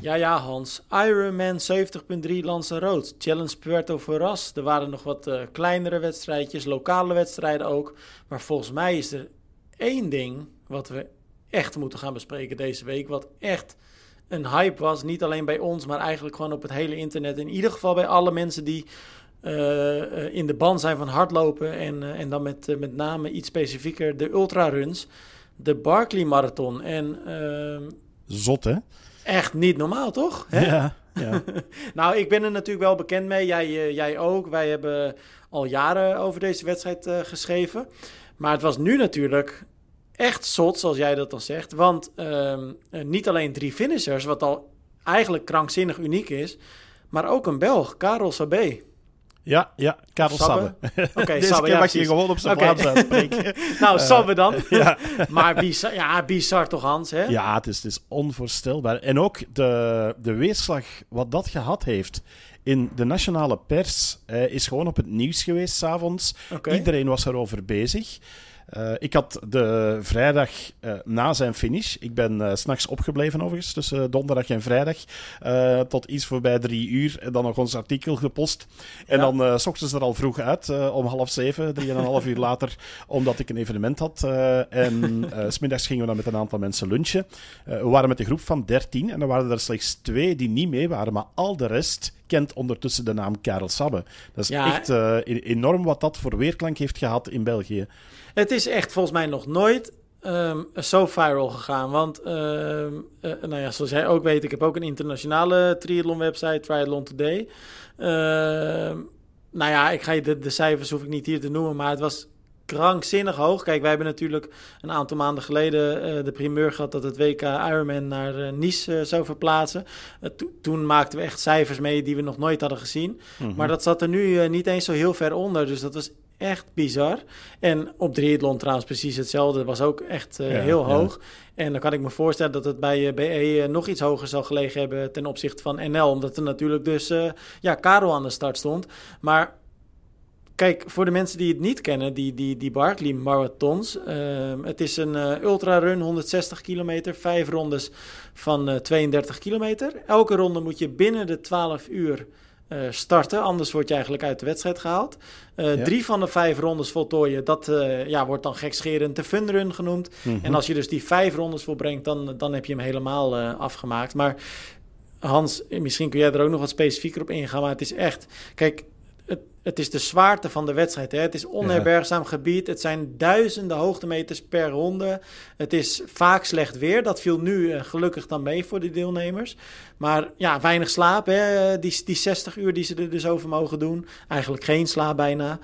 Ja, Hans. Ironman 70.3 Lanzarote. Challenge Puerto Varas. Er waren nog wat kleinere wedstrijdjes, lokale wedstrijden ook. Maar volgens mij is er één ding wat we echt moeten gaan bespreken deze week. Wat echt een hype was. Niet alleen bij ons, maar eigenlijk gewoon op het hele internet. In ieder geval bij alle mensen die in de ban zijn van hardlopen. En dan met name iets specifieker de ultraruns. De Barkley Marathon. En zot, hè? echt niet normaal, toch? Hè? Ja. Nou, ik ben er natuurlijk wel bekend mee. Jij ook. Wij hebben al jaren over deze wedstrijd geschreven. Maar het was nu natuurlijk echt zot, zoals jij dat al zegt. Want niet alleen 3 finishers, wat al eigenlijk krankzinnig uniek is. Maar ook een Belg, Karel Sabé. Ja, Karel Sabbe. Oké, Deze Sabbe, keer mag precies. je gewoon op zijn Vlaams uitspreken. Nou, Sabbe dan. Ja. Maar bizar toch, Hans? Hè? Ja, het is onvoorstelbaar. En ook de weerslag wat dat gehad heeft in de nationale pers is gewoon op het nieuws geweest 's avonds. Okay. Iedereen was erover bezig. Ik had de vrijdag na zijn finish, ik ben 's nachts opgebleven overigens, tussen donderdag en vrijdag, tot iets voorbij 3 uur, en dan nog ons artikel gepost. En dan 's ochtends er al vroeg uit, om 6:30, 3,5 uur later, omdat ik een evenement had. En 's middags gingen we dan met een aantal mensen lunchen. We waren met een groep van 13 en er waren er slechts 2 die niet mee waren, maar al de rest kent ondertussen de naam Karel Sabbe. Dat is echt enorm wat dat voor weerklank heeft gehad in België. Het is echt volgens mij nog nooit zo viral gegaan. Want, zoals jij ook weet, ik heb ook een internationale triathlon-website, Triathlon Today. Ik ga je de cijfers hoef ik niet hier te noemen, maar het was krankzinnig hoog. Kijk, wij hebben natuurlijk een aantal maanden geleden de primeur gehad dat het WK Ironman naar Nice zou verplaatsen. Toen maakten we echt cijfers mee die we nog nooit hadden gezien. Mm-hmm. Maar dat zat er nu niet eens zo heel ver onder, dus dat was echt bizar. En op triathlon trouwens precies hetzelfde. Was ook echt heel hoog. En dan kan ik me voorstellen dat het bij BE nog iets hoger zal gelegen hebben ten opzichte van NL. Omdat er natuurlijk dus Karel aan de start stond. Maar kijk, voor de mensen die het niet kennen, die Barkley Marathons. Het is een ultrarun, 160 kilometer, 5 rondes van 32 kilometer. Elke ronde moet je binnen de 12 uur starten, anders word je eigenlijk uit de wedstrijd gehaald. 3 van de 5 rondes voltooien, dat wordt dan gekscherend de funrun genoemd. Mm-hmm. En als je dus die 5 rondes volbrengt, dan heb je hem helemaal afgemaakt. Maar Hans, misschien kun jij er ook nog wat specifieker op ingaan, maar het is echt, kijk, het is de zwaarte van de wedstrijd. Hè? Het is onherbergzaam gebied. Het zijn duizenden hoogtemeters per ronde. Het is vaak slecht weer. Dat viel nu gelukkig dan mee voor de deelnemers. Maar ja, weinig slaap. Hè? Die 60 uur die ze er dus over mogen doen. Eigenlijk geen slaap bijna.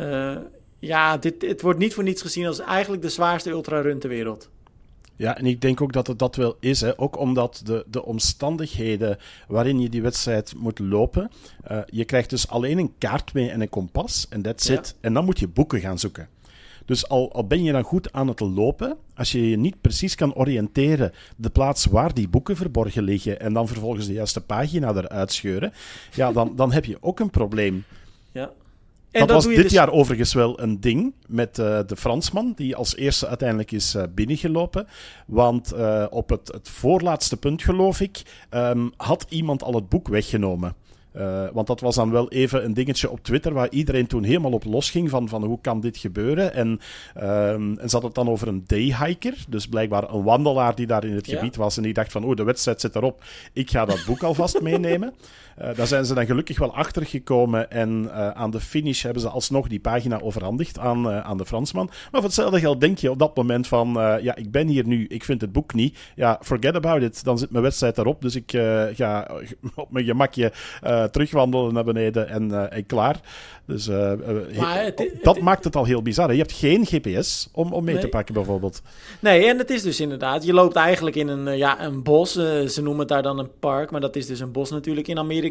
Het wordt niet voor niets gezien als eigenlijk de zwaarste ultrarun ter wereld. Ja, en ik denk ook dat het dat wel is. Hè. Ook omdat de omstandigheden waarin je die wedstrijd moet lopen. Je krijgt dus alleen een kaart mee en een kompas. En that's it. En dan moet je boeken gaan zoeken. Dus al ben je dan goed aan het lopen, als je je niet precies kan oriënteren de plaats waar die boeken verborgen liggen en dan vervolgens de juiste pagina eruit scheuren, dan heb je ook een probleem. Ja. En dat was dit jaar overigens wel een ding met de Fransman, die als eerste uiteindelijk is binnengelopen. Want op het voorlaatste punt, geloof ik, had iemand al het boek weggenomen. Want dat was dan wel even een dingetje op Twitter waar iedereen toen helemaal op losging van hoe kan dit gebeuren. En ze had het dan over een dayhiker, dus blijkbaar een wandelaar die daar in het gebied was en die dacht van de wedstrijd zit erop, ik ga dat boek alvast meenemen. Daar zijn ze dan gelukkig wel achter gekomen en aan de finish hebben ze alsnog die pagina overhandigd aan de Fransman. Maar voor hetzelfde geld denk je op dat moment van, ik ben hier nu, ik vind het boek niet. Ja, forget about it, dan zit mijn wedstrijd erop, dus ik ga op mijn gemakje terugwandelen naar beneden en klaar. Dus dat maakt het al heel bizar. Hè? Je hebt geen GPS om mee te pakken bijvoorbeeld. Nee, en het is dus inderdaad, je loopt eigenlijk in een bos. Ze noemen het daar dan een park, maar dat is dus een bos natuurlijk in Amerika.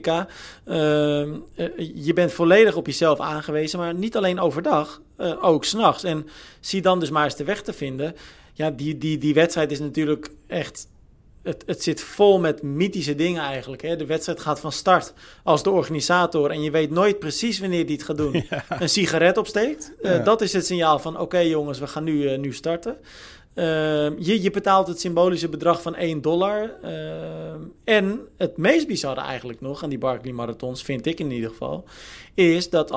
Je bent volledig op jezelf aangewezen, maar niet alleen overdag, ook 's nachts. En zie dan dus maar eens de weg te vinden. Ja, die wedstrijd is natuurlijk echt... Het zit vol met mythische dingen eigenlijk. Hè? De wedstrijd gaat van start als de organisator en je weet nooit precies wanneer die het gaat doen. Ja. Een sigaret opsteekt. Dat is het signaal van oké, jongens, we gaan nu starten. Je betaalt het symbolische bedrag van $1. En het meest bizarre eigenlijk nog aan die Barkley Marathons, vind ik in ieder geval, is dat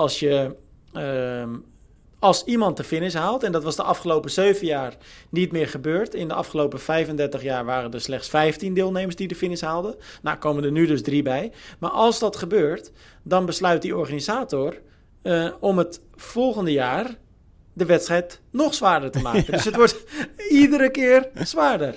als iemand de finish haalt, en dat was de afgelopen 7 jaar niet meer gebeurd. In de afgelopen 35 jaar waren er slechts 15 deelnemers die de finish haalden. Nou, komen er nu dus 3 bij. Maar als dat gebeurt, dan besluit die organisator om het volgende jaar de wedstrijd nog zwaarder te maken. Ja. Dus het wordt iedere keer zwaarder.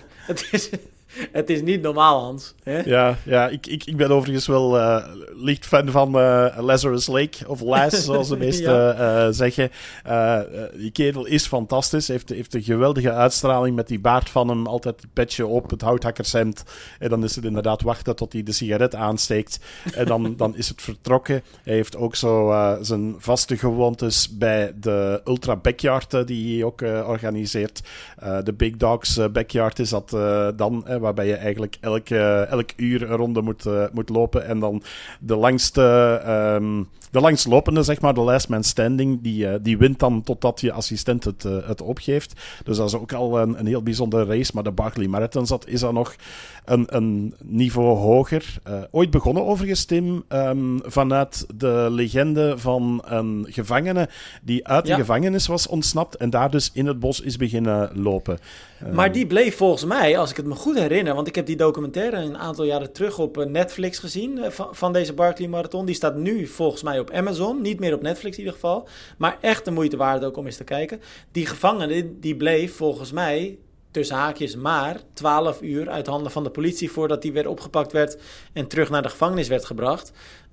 Het is niet normaal, Hans. Hè? Ja, ik ben overigens wel licht fan van Lazarus Lake, of Laz, zoals de meesten zeggen. Die kerel is fantastisch, heeft een geweldige uitstraling met die baard van hem, altijd het petje op, het houthakkershemd. En dan is het inderdaad wachten tot hij de sigaret aansteekt. En dan is het vertrokken. Hij heeft ook zo zijn vaste gewoontes bij de Ultra Backyard, die hij ook organiseert. De Big Dogs Backyard is dat dan, waarbij je eigenlijk elk uur een ronde moet lopen. En dan de langstlopende, zeg maar, de last man standing, die wint dan totdat je assistent het opgeeft. Dus dat is ook al een heel bijzondere race. Maar de Barkley Marathon is dan nog een niveau hoger. Ooit begonnen overigens, Tim, vanuit de legende van een gevangene die uit de gevangenis was ontsnapt en daar dus in het bos is beginnen lopen. Maar die bleef volgens mij, als ik het me goed herinner, want ik heb die documentaire een aantal jaren terug op Netflix gezien van deze Barkley Marathon. Die staat nu volgens mij op Amazon, niet meer op Netflix in ieder geval. Maar echt de moeite waard ook om eens te kijken. Die gevangene, die bleef volgens mij, tussen haakjes, maar 12 uur uit handen van de politie voordat hij weer opgepakt werd en terug naar de gevangenis werd gebracht.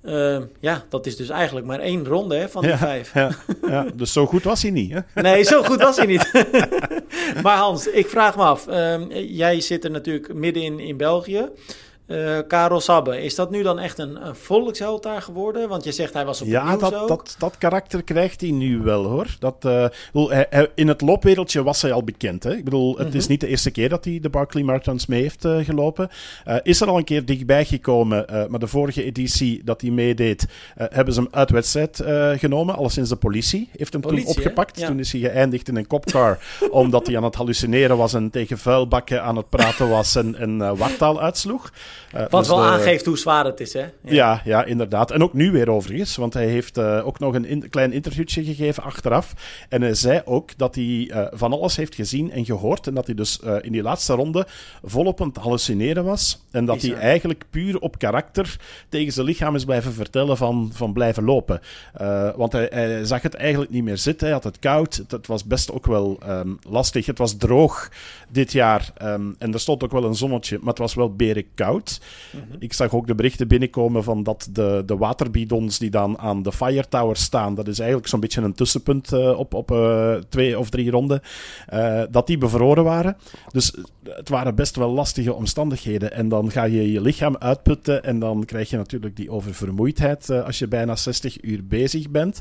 Dat is dus eigenlijk maar 1 ronde van die 5. Ja, dus zo goed was hij niet, hè? Nee, zo goed was hij niet. Maar Hans, ik vraag me af. Jij zit er natuurlijk midden in België. Karel Sabbe, is dat nu dan echt een volksheld daar geworden? Want je zegt hij was op het nieuws ook. Dat karakter krijgt hij nu wel, hoor. In het loopwereldje was hij al bekend. Hè? Ik bedoel, het is niet de eerste keer dat hij de Barkley Marathons mee heeft gelopen. Is er al een keer dichtbij gekomen, maar de vorige editie dat hij meedeed, hebben ze hem uit wedstrijd genomen. Alleszins de politie heeft hem toen opgepakt. Ja. Toen is hij geëindigd in een copcar, omdat hij aan het hallucineren was en tegen vuilbakken aan het praten was en wartaal uitsloeg. Wat wel aangeeft hoe zwaar het is, hè? Ja, inderdaad. En ook nu weer overigens, want hij heeft ook nog een klein interviewtje gegeven achteraf. En hij zei ook dat hij van alles heeft gezien en gehoord. En dat hij dus in die laatste ronde volop aan het hallucineren was. En dat hij eigenlijk puur op karakter tegen zijn lichaam is blijven vertellen van blijven lopen. Want hij zag het eigenlijk niet meer zitten. Hij had het koud. Het was best ook wel lastig. Het was droog dit jaar. En er stond ook wel een zonnetje, maar het was wel berenkoud. Ik zag ook de berichten binnenkomen van dat de waterbidons die dan aan de Fire Tower staan, dat is eigenlijk zo'n beetje een tussenpunt op 2 of 3 ronden, dat die bevroren waren. Dus het waren best wel lastige omstandigheden. En dan ga je lichaam uitputten en dan krijg je natuurlijk die oververmoeidheid als je bijna 60 uur bezig bent.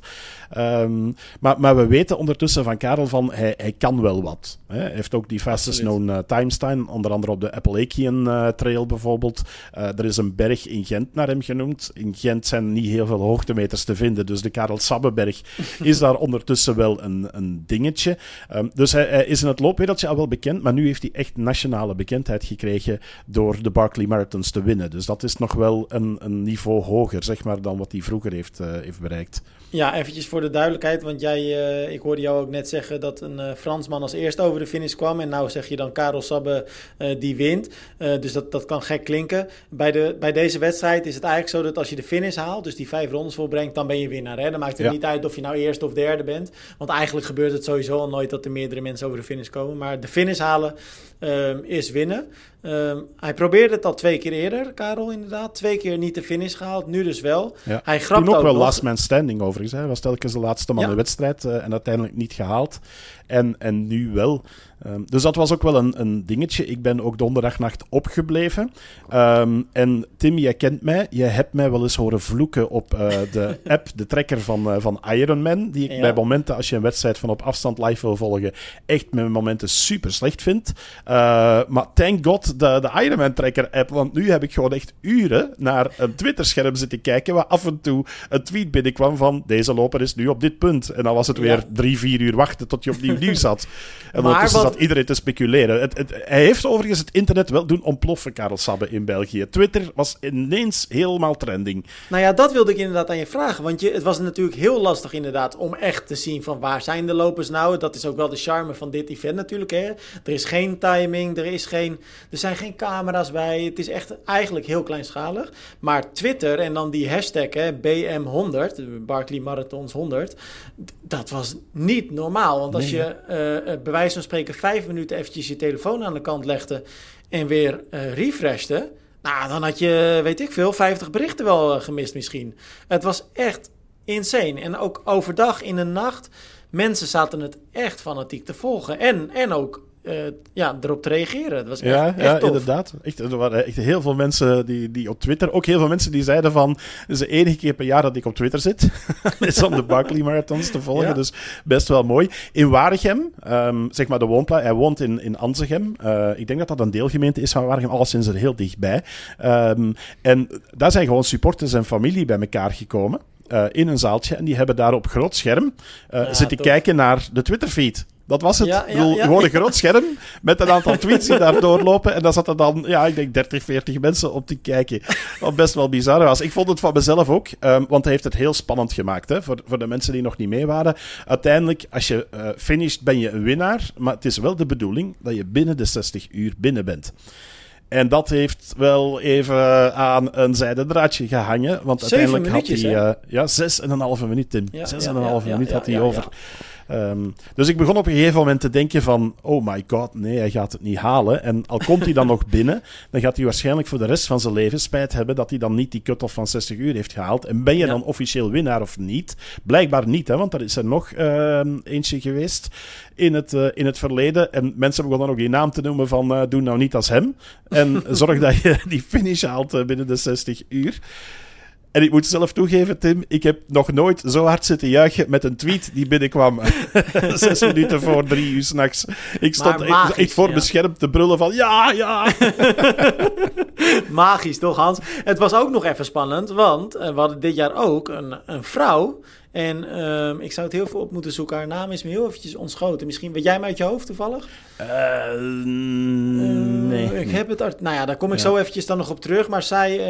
Maar we weten ondertussen van Karel van hij kan wel wat. Hij heeft ook die fastest known time staan, onder andere op de Appalachian Trail bijvoorbeeld. Er is een berg in Gent naar hem genoemd. In Gent zijn niet heel veel hoogtemeters te vinden, dus de Karel Sabbeberg is daar ondertussen wel een dingetje. Dus hij is in het loopwereldje al wel bekend, maar nu heeft hij echt nationale bekendheid gekregen door de Barkley Marathons te winnen. Dus dat is nog wel een niveau hoger, zeg maar, dan wat hij vroeger heeft bereikt. Ja, eventjes voor de duidelijkheid, want ik hoorde jou ook net zeggen dat een Fransman als eerste over de finish kwam. En nou zeg je dan Karel Sabbe die wint. Dus dat kan gek klinken. Bij deze wedstrijd is het eigenlijk zo dat als je de finish haalt, dus die 5 rondes volbrengt, dan ben je winnaar. Hè? Dan maakt het niet uit of je nou eerste of derde bent. Want eigenlijk gebeurt het sowieso al nooit dat er meerdere mensen over de finish komen. Maar de finish halen is winnen. Hij probeerde het al 2 keer eerder, Karel, inderdaad. 2 keer niet de finish gehaald, nu dus wel. Ja. Hij grapt toen ook wel nog. Last man standing overigens. Hij was telkens de laatste man in de wedstrijd en uiteindelijk niet gehaald. En nu wel. Dus dat was ook wel een dingetje. Ik ben ook donderdagnacht opgebleven. En Tim, jij kent mij. Jij hebt mij wel eens horen vloeken op de app, de tracker van Ironman, die ik bij momenten, als je een wedstrijd van op afstand live wil volgen, echt met momenten super slecht vind. Maar thank god de Ironman tracker app, want nu heb ik gewoon echt uren naar een Twitter-scherm zitten kijken, waar af en toe een tweet binnenkwam van deze loper is nu op dit punt. En dan was het weer 3-4 uur wachten tot je opnieuw nieuws had. En ondertussen zat iedereen te speculeren. Hij heeft overigens het internet wel doen ontploffen, Karel Sabbe, in België. Twitter was ineens helemaal trending. Nou ja, dat wilde ik inderdaad aan je vragen. Want het was natuurlijk heel lastig inderdaad om echt te zien van waar zijn de lopers nou. Dat is ook wel de charme van dit event natuurlijk. Hè? Er is geen timing, er zijn geen camera's bij. Het is echt eigenlijk heel kleinschalig. Maar Twitter en dan die hashtag BM100, Barkley Marathons 100, dat was niet normaal. Want als je bij wijze van spreken 5 minuten eventjes je telefoon aan de kant legde en weer refreshte, nou, dan had je, weet ik veel, 50 berichten wel gemist misschien. Het was echt insane. En ook overdag in de nacht, mensen zaten het echt fanatiek te volgen. En ook erop te reageren. Dat was echt tof. Inderdaad. Er waren echt heel veel mensen die op Twitter, ook heel veel mensen die zeiden van, het is de enige keer per jaar dat ik op Twitter zit, is om de Barkley Marathons te volgen. Ja. Dus best wel mooi. In Waregem, zeg maar de woonplaats, hij woont in Anzegem. Ik denk dat dat een deelgemeente is van Waregem, alleszins er heel dichtbij. En daar zijn gewoon supporters en familie bij elkaar gekomen. In een zaaltje. En die hebben daar op groot scherm zitten kijken naar de Twitter-feed. Dat was het. Gewoon een groot scherm met een aantal tweets die daar doorlopen. En daar zaten dan, ik denk 30, 40 mensen op te kijken. Wat best wel bizar was. Ik vond het van mezelf ook, want hij heeft het heel spannend gemaakt. Hè, voor de mensen die nog niet mee waren. Uiteindelijk, als je finisht, ben je een winnaar. Maar het is wel de bedoeling dat je binnen de 60 uur binnen bent. En dat heeft wel even aan een zijden draadje gehangen. Want uiteindelijk had hij 6,5 minuut, Tim. 6,5 minuut had hij over. Dus ik begon op een gegeven moment te denken van, oh my god, nee, hij gaat het niet halen. En al komt hij dan nog binnen, dan gaat hij waarschijnlijk voor de rest van zijn leven spijt hebben dat hij dan niet die cut-off van 60 uur heeft gehaald. En ben je dan officieel winnaar of niet? Blijkbaar niet, hè, want er is er nog eentje geweest in het verleden. En mensen begonnen ook die naam te noemen van, doe nou niet als hem. En zorg dat je die finish haalt binnen de 60 uur. En ik moet zelf toegeven, Tim, ik heb nog nooit zo hard zitten juichen met een tweet die binnenkwam 6 minuten voor 3 uur 's nachts. Ik stond echt voor mijn scherm te brullen van ja. Magisch, toch Hans? Het was ook nog even spannend, want we hadden dit jaar ook een vrouw. En ik zou het heel veel op moeten zoeken. Haar naam is me heel eventjes ontschoten. Misschien weet jij hem uit je hoofd toevallig? Nee. Ik heb het... Nou ja, daar kom ik zo eventjes dan nog op terug. Maar zij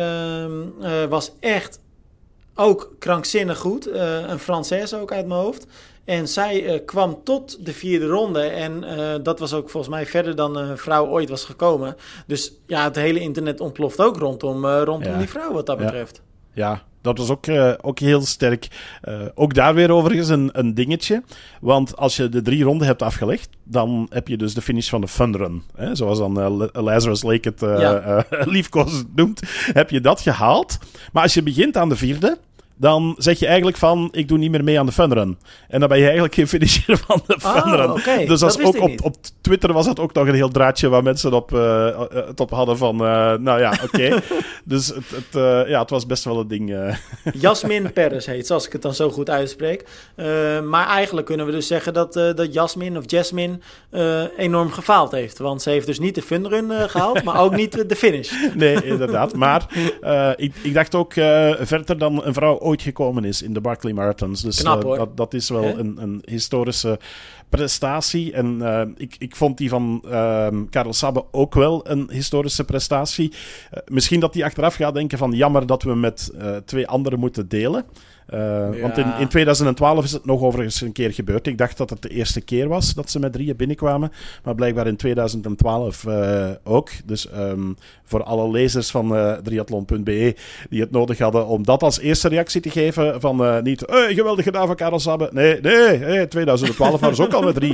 was echt ook krankzinnig goed. Een Française ook uit mijn hoofd. En zij kwam tot de 4e ronde. En dat was ook volgens mij verder dan een vrouw ooit was gekomen. Dus ja, het hele internet ontploft ook rondom die vrouw wat dat betreft. Ja, dat was ook heel sterk. Ook daar weer overigens een dingetje. Want als je de 3 ronden hebt afgelegd, dan heb je dus de finish van de fun run. Hè? Zoals dan Lazarus Lake het liefkozend noemt. Heb je dat gehaald. Maar als je begint aan de 4e, dan zeg je eigenlijk van, ik doe niet meer mee aan de funrun. En dan ben je eigenlijk geen finisher van de funrun. Okay. Dus ook op Twitter was dat ook nog een heel draadje waar mensen het op hadden van, oké. Dus het was best wel een ding. Jasmin Perez heet, zoals ik het dan zo goed uitspreek. Maar eigenlijk kunnen we dus zeggen dat Jasmin of Jasmine enorm gefaald heeft. Want ze heeft dus niet de funrun gehaald, maar ook niet de finish. Nee, inderdaad. Maar ik dacht ook verder dan een vrouw ooit gekomen is in de Barkley Marathons. Dus knap, dat is wel een historische prestatie. En ik vond die van Karel Sabbe ook wel een historische prestatie. Misschien dat hij achteraf gaat denken van jammer dat we met 2 anderen moeten delen. Want in 2012 is het nog overigens een keer gebeurd. Ik dacht dat het de eerste keer was dat ze met 3 binnenkwamen. Maar blijkbaar in 2012 ook. Dus voor alle lezers van triathlon.be die het nodig hadden om dat als eerste reactie te geven van niet geweldig gedaan van Karel Sabbe. Nee, 2012 waren ze ook al met 3.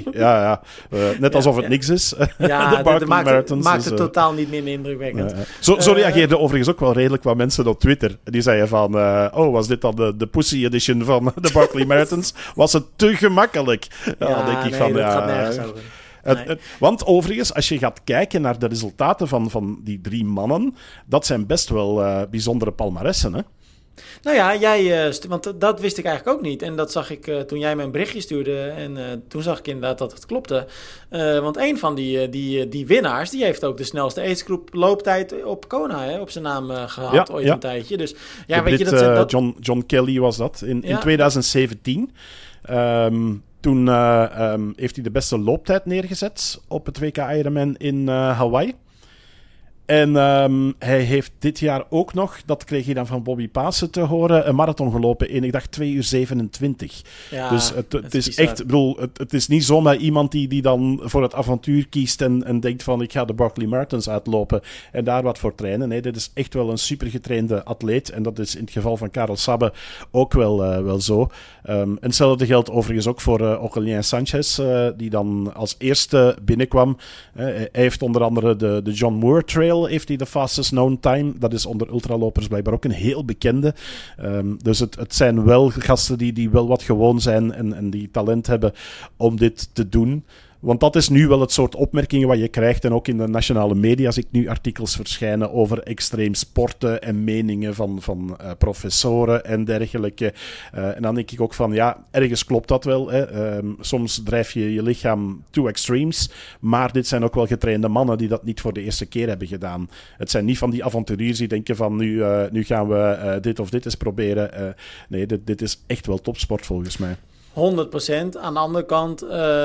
Net alsof het niks is. Ja, dat maakt het totaal niet minder indrukwekkend. Zo reageerden overigens ook wel redelijk wat mensen op Twitter. Die zeiden van, was dit dan de Pussy Edition van de Barkley Marathons? Was het te gemakkelijk? Dat gaat nergens over. Want overigens, als je gaat kijken naar de resultaten van die 3 mannen, dat zijn best wel bijzondere palmaressen, hè? Nou ja, want dat wist ik eigenlijk ook niet. En dat zag ik toen jij me een berichtje stuurde. En toen zag ik inderdaad dat het klopte. Want een van die winnaars, die heeft ook de snelste agegroep looptijd op Kona op zijn naam gehad ooit een tijdje. Dus ja, weet je dat... John Kelly was dat in 2017. Toen heeft hij de beste looptijd neergezet op het WK Ironman in Hawaii. En hij heeft dit jaar ook nog, dat kreeg hij dan van Bobby Pasen te horen, een marathon gelopen in, ik dacht, 2 uur 27. Ja, dus het is echt, het is niet zomaar iemand die dan voor het avontuur kiest en denkt van, ik ga de Barkley Marathons uitlopen en daar wat voor trainen. Nee, dit is echt wel een supergetrainde atleet. En dat is in het geval van Karel Sabbe ook wel zo. En hetzelfde geldt overigens ook voor Aurélien Sanchez, die dan als eerste binnenkwam. Hij heeft onder andere de John Moore Trail heeft hij de fastest known time. Dat is onder ultralopers blijkbaar ook een heel bekende. Dus het zijn wel gasten die wel wat gewoon zijn en die talent hebben om dit te doen. Want dat is nu wel het soort opmerkingen wat je krijgt. En ook in de nationale media zie ik nu artikels verschijnen over extreem sporten en meningen van professoren en dergelijke. En dan denk ik ook van, ja, ergens klopt dat wel. Hè. Soms drijf je je lichaam to extremes. Maar dit zijn ook wel getrainde mannen die dat niet voor de eerste keer hebben gedaan. Het zijn niet van die avonturiers die denken van, nu gaan we dit of dit eens proberen. Nee, dit is echt wel topsport volgens mij. 100%. Aan de andere kant,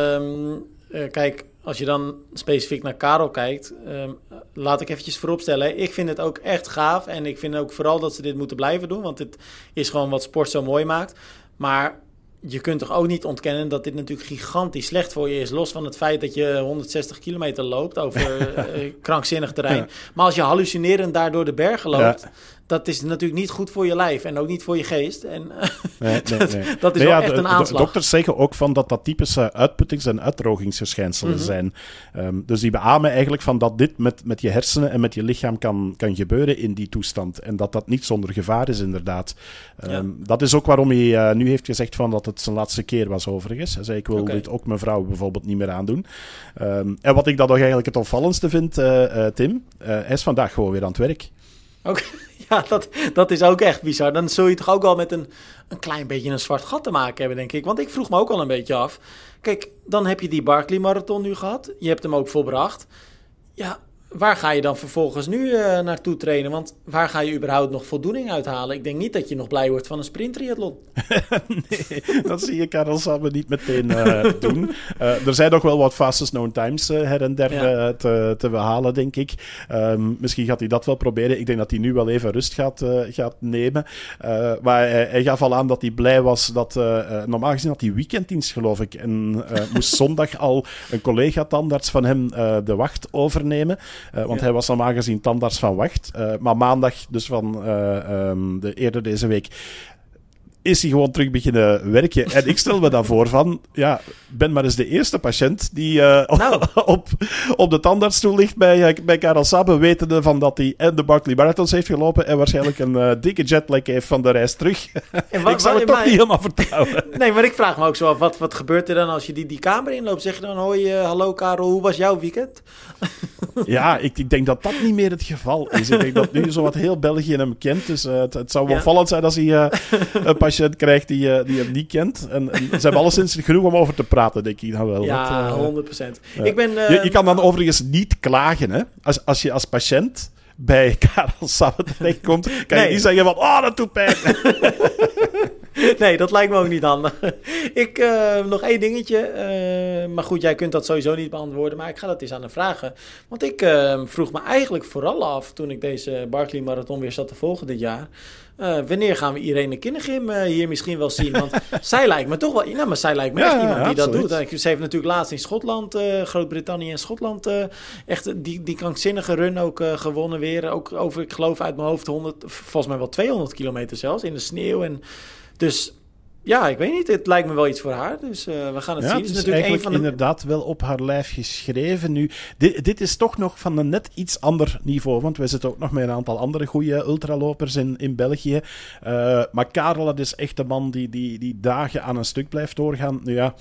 kijk, als je dan specifiek naar Karel kijkt, laat ik eventjes vooropstellen. Ik vind het ook echt gaaf en ik vind ook vooral dat ze dit moeten blijven doen, want het is gewoon wat sport zo mooi maakt. Maar je kunt toch ook niet ontkennen dat dit natuurlijk gigantisch slecht voor je is. Los van het feit dat je 160 kilometer loopt over krankzinnig terrein. Ja. Maar als je hallucinerend daar door de bergen loopt, dat is natuurlijk niet goed voor je lijf en ook niet voor je geest. En dat is wel echt een aanslag. De dokters zeggen ook van dat typische uitputtings- en uitdrogingsverschijnselen zijn. Dus die beamen eigenlijk van dat dit met je hersenen en met je lichaam kan gebeuren in die toestand. En dat niet zonder gevaar is, inderdaad. Dat is ook waarom hij nu heeft gezegd van dat het zijn laatste keer was, overigens. Hij zei, ik wil dit ook mijn vrouw bijvoorbeeld niet meer aandoen. En wat ik dan nog eigenlijk het opvallendste vind, Tim, hij is vandaag gewoon weer aan het werk. Okay. Ja, dat is ook echt bizar. Dan zul je toch ook wel met een klein beetje een zwart gat te maken hebben, denk ik. Want ik vroeg me ook al een beetje af. Kijk, dan heb je die Barkley Marathon nu gehad. Je hebt hem ook volbracht. Ja, waar ga je dan vervolgens nu naartoe trainen? Want waar ga je überhaupt nog voldoening uithalen? Ik denk niet dat je nog blij wordt van een sprinttriathlon. Nee, dat zie je Karel Sabbe niet meteen doen. Er zijn nog wel wat fastest known times her en der te behalen, denk ik. Misschien gaat hij dat wel proberen. Ik denk dat hij nu wel even rust gaat nemen. Maar hij gaf al aan dat hij blij was dat... normaal gezien had hij weekenddienst, geloof ik. En moest zondag al een collega-tandarts van hem de wacht overnemen. Want hij was normaal gezien tandarts van wacht. Maar maandag, dus van eerder deze week, is hij gewoon terug beginnen werken. En ik stel me dan voor van, ja, ben maar eens de eerste patiënt die op de tandartsstoel ligt bij Karel Sabbe, wetende van dat hij en de Barkley Marathons heeft gelopen en waarschijnlijk een dikke jetlag heeft van de reis terug. Ik zou het toch niet helemaal vertrouwen. Nee, maar ik vraag me ook zo af, wat gebeurt er dan als je die kamer inloopt? Zeg je dan, hoi, hallo Karel, hoe was jouw weekend? Ja, ik denk dat dat niet meer het geval is. Ik denk dat nu zo wat heel België hem kent. Dus het zou wel opvallend zijn als hij een patiënt krijgt die hem niet kent. En ze hebben alleszins genoeg om over te praten, denk ik dan wel. Ja, 100%. Je kan dan overigens niet klagen, hè? Als je als patiënt bij Karel Sabbe terechtkomt, kan je niet zeggen van, dat doet pijn. Nee, dat lijkt me ook niet handig. Nog één dingetje. Maar goed, jij kunt dat sowieso niet beantwoorden. Maar ik ga dat eens aan hem vragen. Want ik vroeg me eigenlijk vooral af, toen ik deze Barkley Marathon weer zat te volgen dit jaar. Wanneer gaan we Irene Kinnegim hier misschien wel zien? Want zij lijkt me toch wel... Nou, maar zij lijkt me echt iemand die dat doet. Ze heeft natuurlijk laatst in Schotland, Groot-Brittannië en Schotland, echt die krankzinnige run ook gewonnen weer. Ook over, ik geloof uit mijn hoofd, volgens mij wel 200 kilometer zelfs, in de sneeuw. En dus... Ja, ik weet niet. Het lijkt me wel iets voor haar. Dus we gaan het zien. Het is natuurlijk eigenlijk inderdaad wel op haar lijf geschreven nu. Dit is toch nog van een net iets ander niveau. Want wij zitten ook nog met een aantal andere goede ultralopers in België. Maar Karel, dat is echt de man die dagen aan een stuk blijft doorgaan. Nu ja,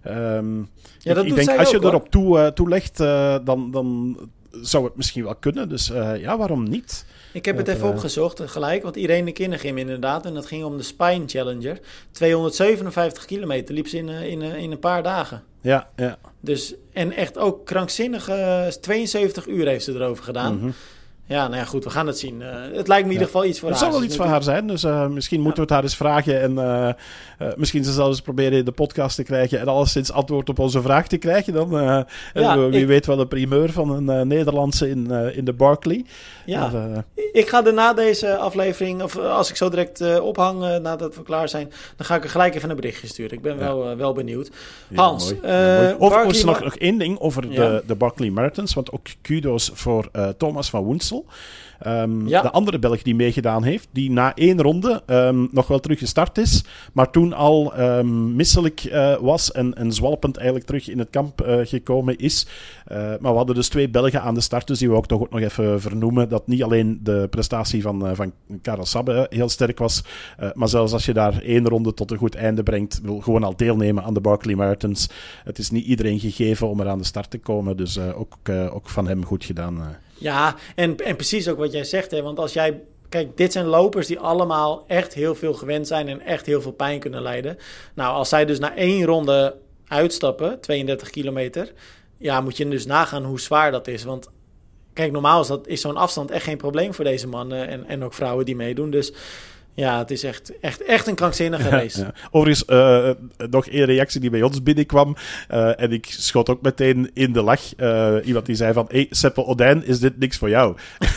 ik denk als je erop toelegt, dan zou het misschien wel kunnen. Dus waarom niet? Ik heb het even opgezocht gelijk, want Irene Kinnegim inderdaad, en dat ging om de Spine Challenger. 257 kilometer liep ze in een paar dagen. Ja. Dus, en echt ook krankzinnige 72 uur heeft ze erover gedaan. Mm-hmm. Ja, nou ja, goed, we gaan het zien. Het lijkt me in ieder geval iets voor haar. Het zal wel iets voor haar zijn, dus misschien moeten we het haar eens vragen en misschien ze zelfs proberen in de podcast te krijgen en alleszins antwoord op onze vraag te krijgen. Dan wie weet wel een primeur van een Nederlandse in de Barkley. Ja, maar, ik ga er na deze aflevering, of als ik zo direct ophang nadat we klaar zijn, dan ga ik er gelijk even een berichtje sturen. Ik ben wel benieuwd. Hans, mooi. Overigens nog één ding over de Barkley Marathons, want ook kudos voor Thomas van Woensel. De andere Belg die meegedaan heeft, die na 1 ronde nog wel terug gestart is, maar toen al misselijk was en zwalpend eigenlijk terug in het kamp gekomen is. Maar we hadden dus 2 Belgen aan de start, dus die we ook toch ook nog even vernoemen, dat niet alleen de prestatie van Karel Sabbe heel sterk was, maar zelfs als je daar 1 ronde tot een goed einde brengt, wil gewoon al deelnemen aan de Barkley Marathons. Het is niet iedereen gegeven om er aan de start te komen, dus ook van hem goed gedaan. Ja, en precies ook wat jij zegt, hè, want als jij... Kijk, dit zijn lopers die allemaal echt heel veel gewend zijn en echt heel veel pijn kunnen lijden. Nou, als zij dus na 1 ronde uitstappen, 32 kilometer, ja, moet je dus nagaan hoe zwaar dat is. Want kijk, normaal is zo'n afstand echt geen probleem voor deze mannen en ook vrouwen die meedoen. Dus ja, het is echt een krankzinnige race. Ja. Overigens, nog één reactie die bij ons binnenkwam. En ik schoot ook meteen in de lach. Iemand die zei van, hey, Seppe Odijn, is dit niks voor jou?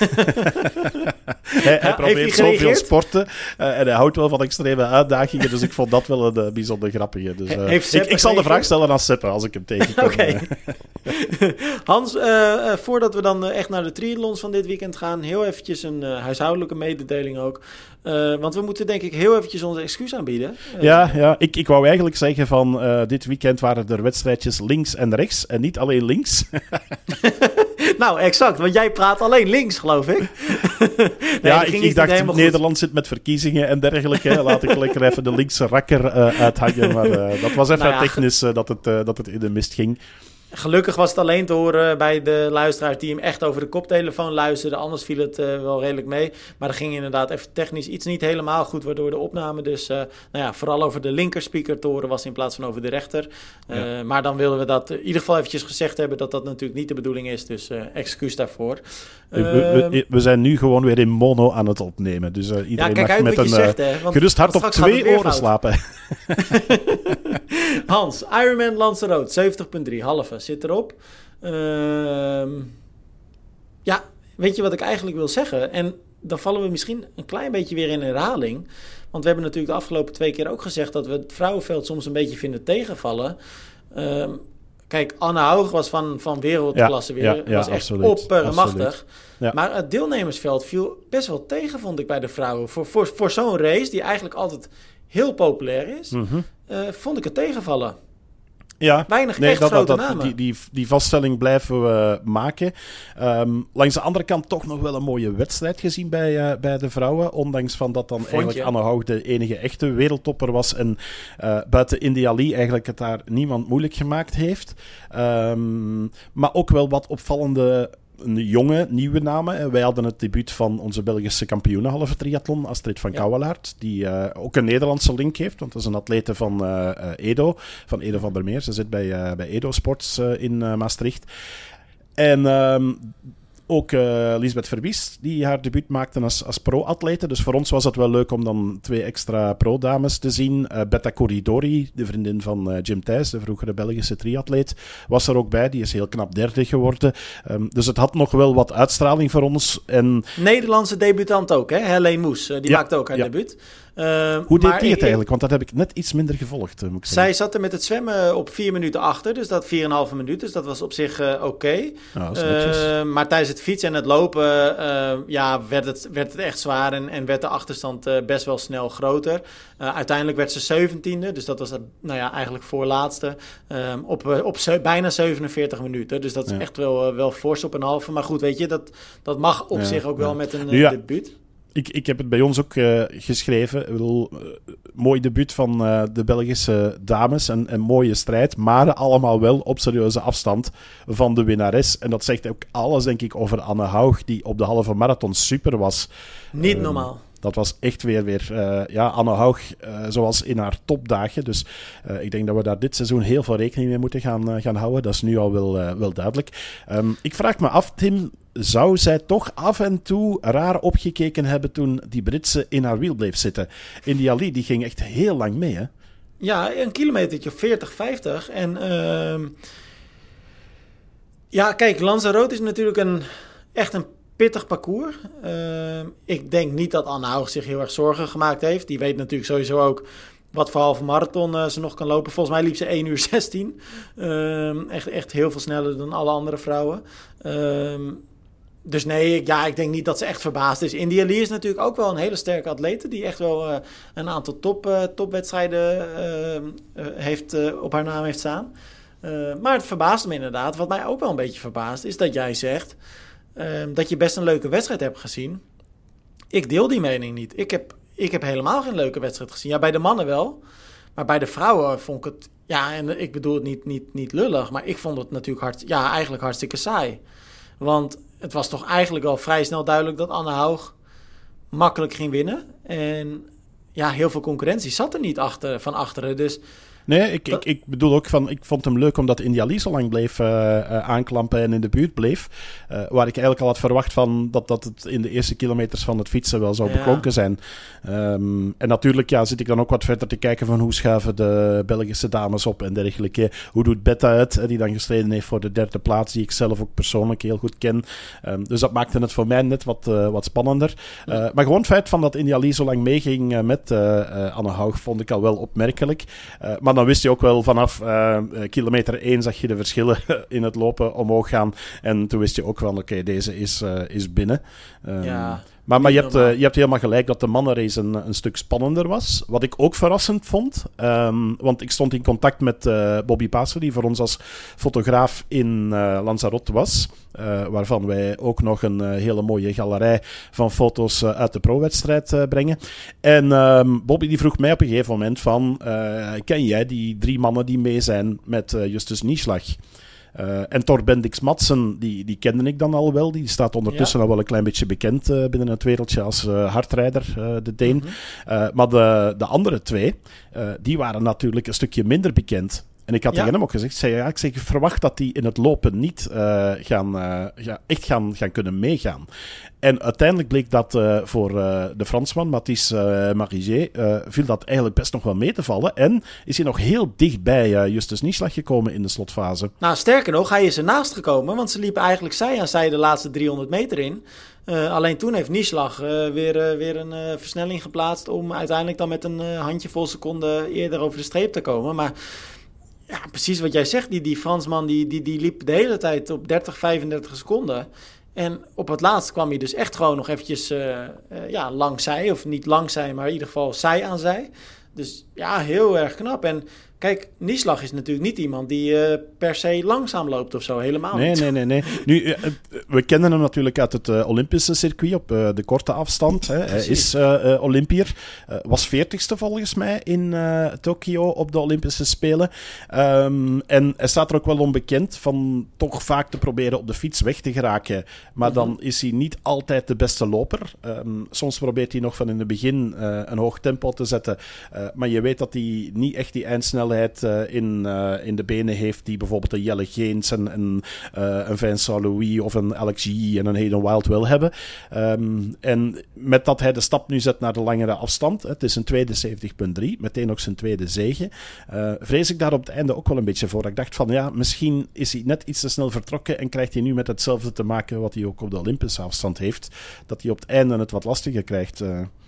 hij probeert zoveel sporten. En hij houdt wel van extreme uitdagingen. Dus ik vond dat wel een bijzonder grappige. Dus, ik zal de vraag stellen aan Seppe als ik hem tegenkom. Oké. Hans, voordat we dan echt naar de triathlons van dit weekend gaan, heel eventjes een huishoudelijke mededeling ook. Want we moeten denk ik heel eventjes onze excuus aanbieden. Ik wou eigenlijk zeggen van dit weekend waren er wedstrijdjes links en rechts en niet alleen links. Nou, exact, want jij praat alleen links, geloof ik. Ik dacht, Nederland zit met verkiezingen en dergelijke. Laat ik lekker even de linkse rakker uithangen. Maar dat was even technisch dat het in de mist ging. Gelukkig was het alleen te horen bij de luisteraars die hem echt over de koptelefoon luisterden. Anders viel het wel redelijk mee. Maar er ging inderdaad even technisch iets niet helemaal goed, waardoor de opname dus vooral over de linkerspeaker te horen was in plaats van over de rechter. Maar dan willen we dat in ieder geval eventjes gezegd hebben dat natuurlijk niet de bedoeling is. Dus excuus daarvoor. We zijn nu gewoon weer in mono aan het opnemen. Dus iedereen mag met een gerust hart op 2 oren slapen. Hans, Ironman Lanzarote, 70.3, halve, zit erop. Weet je wat ik eigenlijk wil zeggen? En dan vallen we misschien een klein beetje weer in herhaling. Want we hebben natuurlijk de afgelopen 2 keer ook gezegd dat we het vrouwenveld soms een beetje vinden tegenvallen. Kijk, Anne Haug was van wereldklasse weer. Was echt oppermachtig. Ja. Maar het deelnemersveld viel best wel tegen, vond ik, bij de vrouwen. Voor zo'n race, die eigenlijk altijd heel populair is, vond ik het tegenvallen. Ja, weinig grote namen. Die vaststelling blijven we maken. Langs de andere kant toch nog wel een mooie wedstrijd gezien bij de vrouwen. Ondanks van dat dan eigenlijk Anne Haug de enige echte wereldtopper was. En buiten India Lee eigenlijk het daar niemand moeilijk gemaakt heeft. Maar ook wel wat opvallende jonge, nieuwe namen. Wij hadden het debuut van onze Belgische kampioene halve triathlon, Astrid van Kouwelaert, die ook een Nederlandse link heeft, want dat is een atlete van Edo, van Edo van der Meer. Ze zit bij Edo Sports in Maastricht. En ook Lisbeth Verbies, die haar debuut maakte als pro-atlete. Dus voor ons was het wel leuk om dan 2 extra pro-dames te zien. Betta Corridori, de vriendin van Jim Thijs, de vroegere Belgische triatleet, was er ook bij. Die is heel knap 3e geworden. Dus het had nog wel wat uitstraling voor ons. En Nederlandse debutant ook, hè? Helene Moes, die maakte ook haar debuut. Hoe deed die het eigenlijk? Want dat heb ik net iets minder gevolgd. Moet ik zij zat er met het zwemmen op 4 minuten achter. Dus dat 4,5 minuten. Dus dat was op zich oké. Maar tijdens het fietsen en het lopen werd het echt zwaar. En werd de achterstand best wel snel groter. Uiteindelijk werd ze 17e. Dus dat was eigenlijk voorlaatste. Op bijna 47 minuten. Dus dat is echt wel fors op een halve. Maar goed, weet je, dat mag op zich ook wel met een debuut. Ik heb het bij ons ook geschreven. Ik bedoel, mooi debuut van de Belgische dames en mooie strijd, maar allemaal wel op serieuze afstand van de winnares. En dat zegt ook alles, denk ik, over Anne Haug, die op de halve marathon super was. Niet normaal. Dat was echt weer Anne Haug zoals in haar topdagen. Dus ik denk dat we daar dit seizoen heel veel rekening mee moeten gaan houden. Dat is nu al wel duidelijk. Ik vraag me af, Tim, zou zij toch af en toe raar opgekeken hebben toen die Britse in haar wiel bleef zitten? Indy Ali, die ging echt heel lang mee, hè? Ja, een kilometertje 40, 50. En kijk, Lanzarote is natuurlijk echt een pittig parcours. Ik denk niet dat Anne Haug zich heel erg zorgen gemaakt heeft. Die weet natuurlijk sowieso ook wat voor halve marathon ze nog kan lopen. Volgens mij liep ze 1 uur 16. Echt heel veel sneller dan alle andere vrouwen. Dus nee, ik denk niet dat ze echt verbaasd is. Indy Ali is natuurlijk ook wel een hele sterke atlete... die echt wel een aantal topwedstrijden op haar naam heeft staan. Maar het verbaast me inderdaad. Wat mij ook wel een beetje verbaast... is dat jij zegt dat je best een leuke wedstrijd hebt gezien. Ik deel die mening niet. Ik heb helemaal geen leuke wedstrijd gezien. Ja, bij de mannen wel. Maar bij de vrouwen vond ik het... Ja, en ik bedoel het niet lullig... maar ik vond het natuurlijk eigenlijk hartstikke saai. Want... het was toch eigenlijk al vrij snel duidelijk dat Anne Haug makkelijk ging winnen. En ja, heel veel concurrentie zat er niet van achteren. Dus nee, ik bedoel ook van... ik vond hem leuk omdat Indy Ali zo lang bleef aanklampen en in de buurt bleef. Waar ik eigenlijk al had verwacht van dat het in de eerste kilometers van het fietsen wel zou beklonken zijn. En natuurlijk zit ik dan ook wat verder te kijken van hoe schuiven de Belgische dames op en dergelijke. Hoe doet Betta het, die dan gestreden heeft voor de 3e plaats, die ik zelf ook persoonlijk heel goed ken. Dus dat maakte het voor mij net wat spannender. Maar gewoon het feit van dat Indy Ali zo lang meeging met Anne Haug vond ik al wel opmerkelijk. Maar dan wist je ook wel vanaf kilometer 1 zag je de verschillen in het lopen omhoog gaan. En toen wist je ook van oké, deze is binnen. Maar je hebt helemaal gelijk dat de mannenrace een stuk spannender was. Wat ik ook verrassend vond. Want ik stond in contact met Bobby Pasen, die voor ons als fotograaf in Lanzarote was. Waarvan wij ook nog een hele mooie galerij van foto's uit de pro-wedstrijd brengen. En Bobby die vroeg mij op een gegeven moment van... ken jij die 3 mannen die mee zijn met Justus Nieschlag? En Torbendix Madsen, die kende ik dan al wel. Die staat ondertussen al wel een klein beetje bekend binnen het wereldje als hardrijder, de Deen. Maar de andere 2, die waren natuurlijk een stukje minder bekend. En ik had tegen hem ook gezegd, ik verwacht dat die in het lopen niet echt gaan kunnen meegaan. En uiteindelijk bleek dat voor de Fransman, Mathis Marigier, viel dat eigenlijk best nog wel mee te vallen. En is hij nog heel dicht bij Justus Nieschlag gekomen in de slotfase. Nou, sterker nog, hij is ernaast gekomen, want ze liepen eigenlijk zij aan zij de laatste 300 meter in. Alleen toen heeft Nieschlag weer een versnelling geplaatst om uiteindelijk dan met een handjevol seconden eerder over de streep te komen. Maar... ja, precies wat jij zegt. Die Fransman die liep de hele tijd op 30, 35 seconden. En op het laatst kwam hij dus echt gewoon nog eventjes langs zij. Of niet langs zij, maar in ieder geval zij aan zij. Dus ja, heel erg knap. En kijk, Nieschlag is natuurlijk niet iemand die per se langzaam loopt of zo. Helemaal niet. Nee. Nu, we kennen hem natuurlijk uit het Olympische circuit op de korte afstand. Hè. Hij is Olympier. Was 40ste volgens mij in Tokio op de Olympische Spelen. En hij staat er ook wel onbekend van toch vaak te proberen op de fiets weg te geraken. Maar dan is hij niet altijd de beste loper. Soms probeert hij nog van in het begin een hoog tempo te zetten. Maar je weet dat hij niet echt die eindsnelheid in de benen heeft die bijvoorbeeld een Jelle Geens en een Vincent Louis of een Alex G en een Hayden Wild wil hebben. En met dat hij de stap nu zet naar de langere afstand, het is een tweede 70.3, meteen ook zijn tweede zege, vrees ik daar op het einde ook wel een beetje voor. Ik dacht van misschien is hij net iets te snel vertrokken en krijgt hij nu met hetzelfde te maken wat hij ook op de Olympische afstand heeft, dat hij op het einde het wat lastiger krijgt.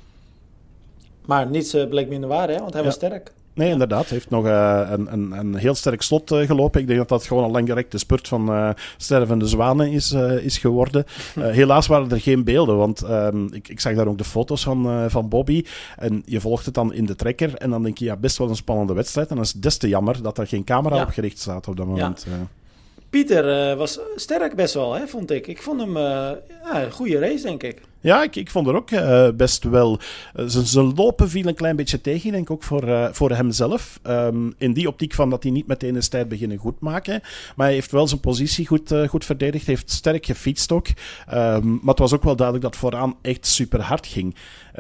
Maar niets bleek minder waar, hè? Want hij was sterk. Nee, inderdaad. Hij heeft nog een heel sterk slot gelopen. Ik denk dat dat gewoon een langgerekte spurt van stervende zwanen is geworden. Helaas waren er geen beelden, want ik zag daar ook de foto's van Bobby. En je volgt het dan in de trekker. En dan denk je, best wel een spannende wedstrijd. En dan is het des te jammer dat er geen camera op gericht staat op dat moment. Pieter was sterk best wel, hè, vond ik. Ik vond hem een goede race, denk ik. Ja, ik vond er ook best wel... Zijn lopen viel een klein beetje tegen, denk ik ook voor hemzelf. In die optiek van dat hij niet meteen een tijd beginnen goed maken. Maar hij heeft wel zijn positie goed verdedigd. Heeft sterk gefietst ook. Maar het was ook wel duidelijk dat vooraan echt super hard ging.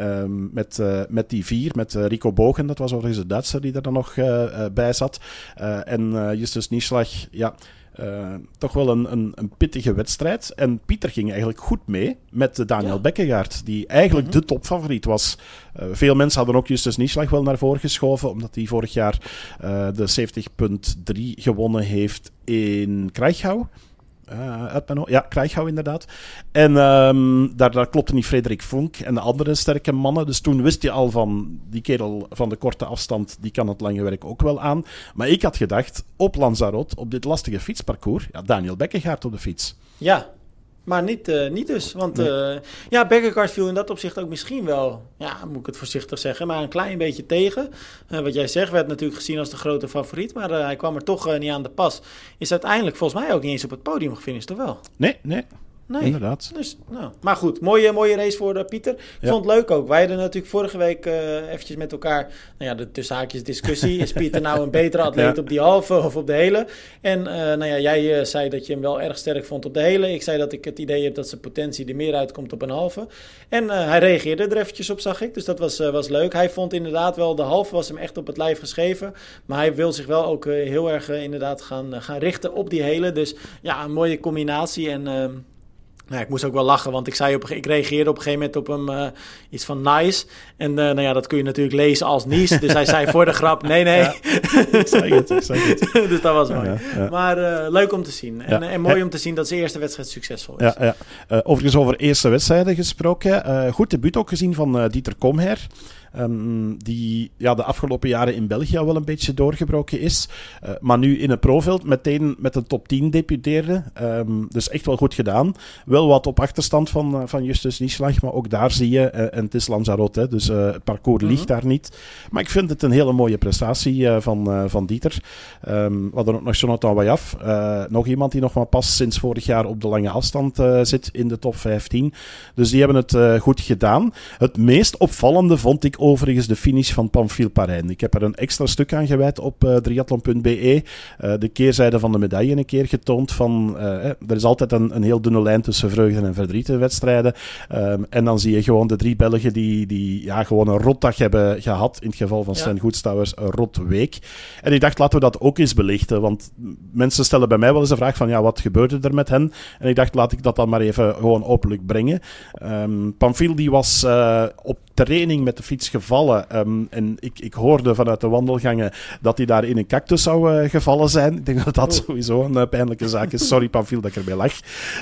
Met die 4, met Rico Bogen. Dat was overigens de Duitser die er dan nog bij zat. En Justus Nieschlag, ja... toch wel een pittige wedstrijd. En Pieter ging eigenlijk goed mee met Daniel Bekkegaard, die eigenlijk de topfavoriet was. Veel mensen hadden ook Justus Nieschlag wel naar voren geschoven, omdat hij vorig jaar de 70.3 gewonnen heeft in Kraichgau. Kraichgau inderdaad. En daar klopte niet Frederik Vonk en de andere sterke mannen. Dus toen wist je al van die kerel van de korte afstand, die kan het lange werk ook wel aan. Maar ik had gedacht, op Lanzarote, op dit lastige fietsparcours, Daniel Bekkegaard op de fiets. Ja, maar niet dus. Want Bekkegaard viel in dat opzicht ook misschien wel, moet ik het voorzichtig zeggen, maar een klein beetje tegen. Wat jij zegt, werd natuurlijk gezien als de grote favoriet, maar hij kwam er toch niet aan de pas. Is uiteindelijk volgens mij ook niet eens op het podium gefinished, toch wel? Nee. Inderdaad. Dus, maar goed, mooie race voor Pieter. Ik vond het leuk ook. Wij hadden natuurlijk vorige week eventjes met elkaar... de tussen haakjes discussie. Is Pieter nou een betere atleet op die halve of op de hele? En jij zei dat je hem wel erg sterk vond op de hele. Ik zei dat ik het idee heb dat zijn potentie er meer uitkomt op een halve. En hij reageerde er eventjes op, zag ik. Dus dat was leuk. Hij vond inderdaad wel, de halve was hem echt op het lijf geschreven. Maar hij wil zich wel ook heel erg inderdaad gaan richten op die hele. Dus een mooie combinatie en... ik moest ook wel lachen, want ik reageerde op een gegeven moment op hem iets van nice. En dat kun je natuurlijk lezen als nice. Dus hij zei voor de grap, nee. Ja, ik zeg het. Dus dat was mooi. Ja. Maar leuk om te zien. En mooi om te zien dat zijn eerste wedstrijd succesvol is. Ja. Overigens over eerste wedstrijden gesproken. Goed debuut ook gezien van Dieter Komher. Die de afgelopen jaren in België wel een beetje doorgebroken is. Maar nu in het profveld meteen met een top 10 debuteerde. Dus echt wel goed gedaan. Wel wat op achterstand van Justus Nieschlag, maar ook daar zie je, en het is Lanzarote, dus het parcours ligt daar niet. Maar ik vind het een hele mooie prestatie van Dieter. We hadden ook nog Jonathan Wayaf, nog iemand die nog maar pas sinds vorig jaar op de lange afstand zit in de top 15. Dus die hebben het goed gedaan. Het meest opvallende vond ik overigens de finish van Pamphile Parijn. Ik heb er een extra stuk aan gewijd op triathlon.be. De keerzijde van de medaille een keer getoond van... er is altijd een heel dunne lijn tussen vreugde en verdriet in wedstrijden. En dan zie je gewoon de 3 Belgen die gewoon een rotdag hebben gehad. In het geval van Sven Goedstouwers een rot week. En ik dacht, laten we dat ook eens belichten. Want mensen stellen bij mij wel eens de vraag van wat gebeurde er met hen? En ik dacht, laat ik dat dan maar even gewoon openlijk brengen. Pamphile die was op training met de fiets gevallen. En ik hoorde vanuit de wandelgangen dat hij daar in een cactus zou gevallen zijn. Ik denk dat dat sowieso een pijnlijke zaak is. Sorry Pamphile dat ik erbij lag.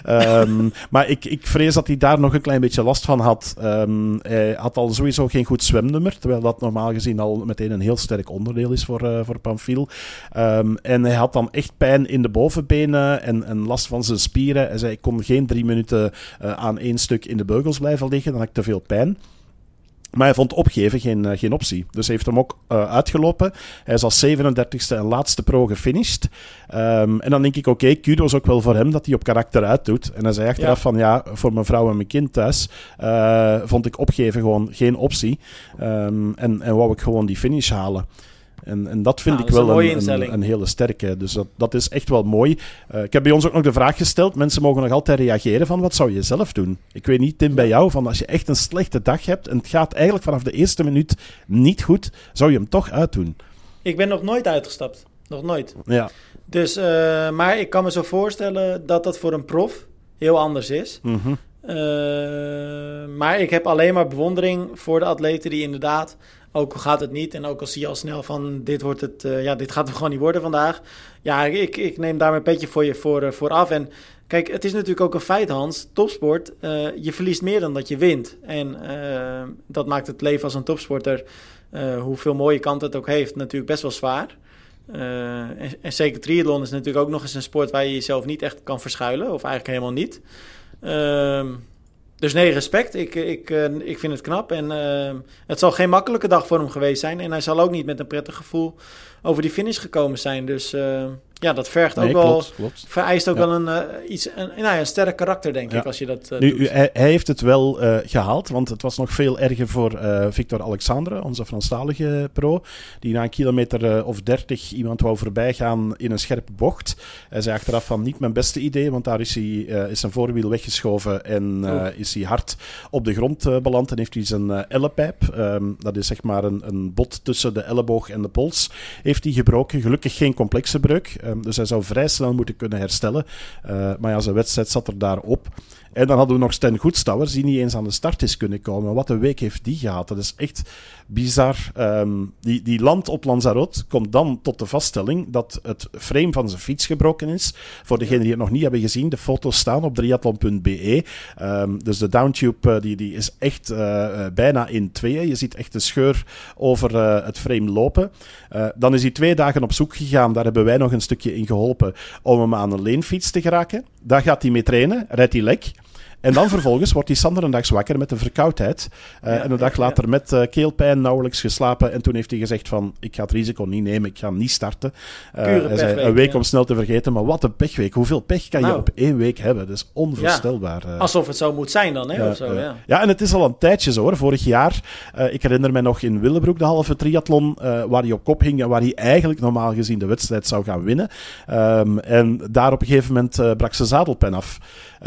Maar ik vrees dat hij daar nog een klein beetje last van had. Hij had al sowieso geen goed zwemnummer, terwijl dat normaal gezien al meteen een heel sterk onderdeel is voor Pamphile. En hij had dan echt pijn in de bovenbenen en last van zijn spieren. Hij zei, ik kon geen 3 minuten aan 1 stuk in de beugels blijven liggen, dan had ik te veel pijn. Maar hij vond opgeven geen optie. Dus hij heeft hem ook uitgelopen. Hij is als 37e en laatste pro gefinished. En dan denk ik, oké, kudos ook wel voor hem dat hij op karakter uitdoet. En hij zei achteraf van, voor mijn vrouw en mijn kind thuis vond ik opgeven gewoon geen optie. En wou ik gewoon die finish halen. En dat vind ik wel een hele sterke. Dus dat is echt wel mooi. Ik heb bij ons ook nog de vraag gesteld. Mensen mogen nog altijd reageren van wat zou je zelf doen? Ik weet niet, Tim, bij jou, van als je echt een slechte dag hebt en het gaat eigenlijk vanaf de eerste minuut niet goed, zou je hem toch uitdoen? Ik ben nog nooit uitgestapt. Nog nooit. Ja. Dus, maar ik kan me zo voorstellen dat dat voor een prof heel anders is. Mm-hmm. Maar ik heb alleen maar bewondering voor de atleten die inderdaad... Ook al gaat het niet en ook al zie je al snel van dit gaat er gewoon niet worden vandaag. Ja, ik neem daar mijn petje voor je voor af. En kijk, het is natuurlijk ook een feit, Hans. Topsport, je verliest meer dan dat je wint. En dat maakt het leven als een topsporter, hoeveel mooie kanten het ook heeft, natuurlijk best wel zwaar. En zeker triathlon is natuurlijk ook nog eens een sport waar je jezelf niet echt kan verschuilen. Of eigenlijk helemaal niet. Dus nee, respect. Ik vind het knap. En het zal geen makkelijke dag voor hem geweest zijn. En hij zal ook niet met een prettig gevoel over die finish gekomen zijn. Dus Ja, dat vergt ook wel, vereist ook wel een sterk karakter, denk ik, als je dat doet. Hij heeft het wel gehaald, want het was nog veel erger voor Victor Alexandre, onze Franstalige pro, die na 1 kilometer of 30 iemand wou voorbij gaan in een scherpe bocht. Hij zei achteraf van niet mijn beste idee, want daar is zijn voorwiel weggeschoven en is hij hard op de grond beland en heeft hij zijn ellepijp, dat is zeg maar een bot tussen de elleboog en de pols, heeft hij gebroken. Gelukkig geen complexe breuk. Dus hij zou vrij snel moeten kunnen herstellen. Maar ja, zijn wedstrijd zat er daarop. En dan hadden we nog Sten Goedstouwers, die niet eens aan de start is kunnen komen. Wat een week heeft die gehad. Dat is echt bizar. Die landt op Lanzarote, komt dan tot de vaststelling dat het frame van zijn fiets gebroken is. Voor degenen die het nog niet hebben gezien, de foto's staan op triathlon.be. Dus de downtube die is echt bijna in tweeën. Je ziet echt de scheur over het frame lopen. Dan is hij 2 dagen op zoek gegaan. Daar hebben wij nog een stukje in geholpen om hem aan een leenfiets te geraken. Daar gaat hij mee trainen, rijdt hij lek. En dan vervolgens wordt hij zanderendags wakker met een verkoudheid. En een dag later met keelpijn, nauwelijks geslapen. En toen heeft hij gezegd van, ik ga het risico niet nemen, ik ga niet starten. Hij zei, een week om snel te vergeten, maar wat een pechweek. Hoeveel pech kan je op 1 week hebben? Dat is onvoorstelbaar. Alsof het zo moet zijn dan, hè? Of zo, ja, en het is al een tijdje zo, hoor. Vorig jaar, ik herinner me nog in Willebroek, de halve triathlon, waar hij op kop hing en waar hij eigenlijk normaal gezien de wedstrijd zou gaan winnen. En daar op een gegeven moment brak zijn zadelpen af.